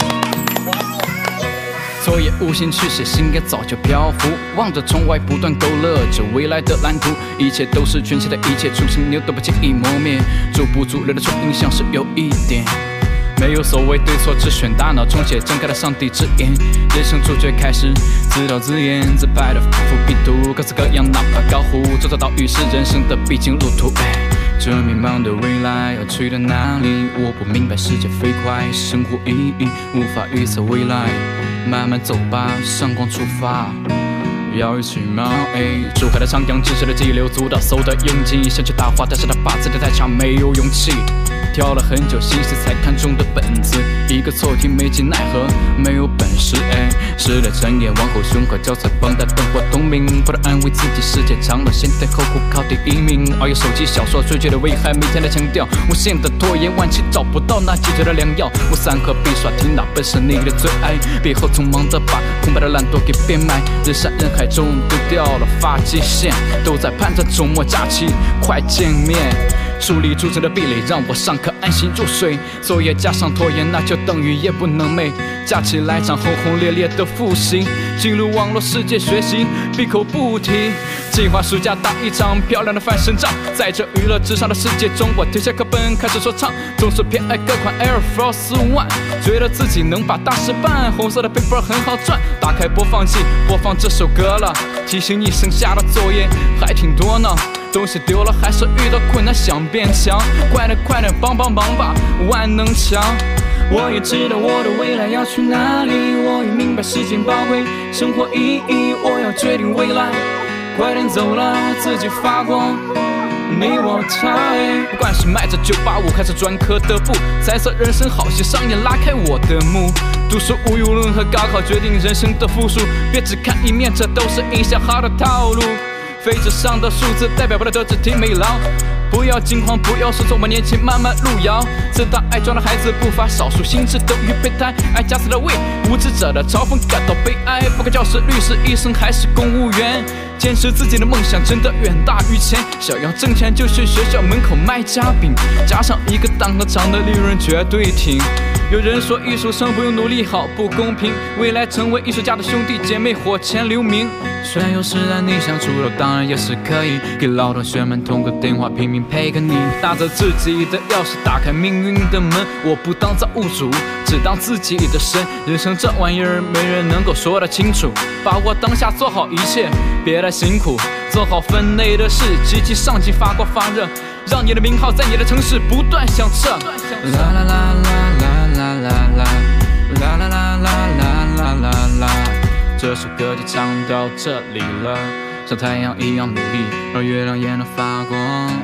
昨夜无心去写，心也早就漂浮，望着窗外不断勾勒着未来的蓝图，一切都是全新的一切，初心扭都不轻易磨灭，驻不住留的初印象是有一点。没有所谓对错，只选大脑重写，睁开了上帝之眼，人生主角开始自导自演，自拍的浮壁图，各式各样哪怕高呼，走走到雨是人生的必经路途。这迷茫的未来要去到哪里？我不明白，世界飞快，生活意义无法预测未来，慢慢走吧，上光出发。要一起吗？哎，竹海的徜徉，只是的激流阻挡搜的勇气，想去大话，但是他把自己太强，没有勇气。挑了很久，心思才看中的本子，一个错题没计奈何，没有本事。哎，湿了睁眼，往后胸口交叉绷带，灯火通明，不断安慰自己，世界长了，先对后苦考第一名。熬夜手机小说，追剧的危害，每天的强调，无限的拖延，晚期找不到那解决的良药。我三河必耍听那本是你的最爱，背后匆忙的把空白的懒惰给变卖，人山人海中丢掉了发际线，都在盼着周末假期快见面。树立筑成的壁垒，让我上课安心入睡。作业加上拖延，那就等于夜不能寐。假期来场轰轰烈烈的复习，进入网络世界学习，闭口不提。计划暑假打一场漂亮的翻身仗，在这娱乐至上的世界中，我停下课本开始说唱。总是偏爱各款 Air Force One， 觉得自己能把大事办。红色的 paper 很好赚，打开播放器播放这首歌了，提醒你剩下的作业还挺多呢。 东西丢了还是遇到困难想变强，快点快点帮帮忙吧，万能强。我也知道我的未来要去哪里，我也明白时间宝贵，生活意义，我要决定未来，快点走了，自己发光。你我他，不管是迈着九八五还是专科的步，彩色人生好戏上演，拉开我的幕。读书无用论和高考决定人生的复数，别只看一面，这都是营销号的套路。废纸上的数字代表不了德智体美劳，不要惊慌，不要失措，我年轻慢慢路遥。自大爱装的孩子不乏少数，心智都与备胎，爱假死的为无知者的嘲讽感到悲哀。不管教师、律师、医生还是公务员，坚持自己的梦想真的远大于钱。想要挣钱就去学校门口卖夹饼，加上一个档和长的利润绝对挺。有人说艺术生不用努力好不公平，未来成为艺术家的兄弟姐妹火前留名。虽然有时让你想出头，当然也是可以给老同学们通个电话，拼命陪个你，打着自己的钥匙打开命运的门。我不当造物主，只当自己的神。人生这玩意儿没人能够说得清楚，把握当下做好一切，别太辛苦，做好分内的事，积极上进发光发热，让你的名号在你的城市不断响彻。啦啦啦啦啦啦啦啦啦啦啦啦啦啦啦，这首歌就唱到这里了，像太阳一样努力，让月亮也能发光。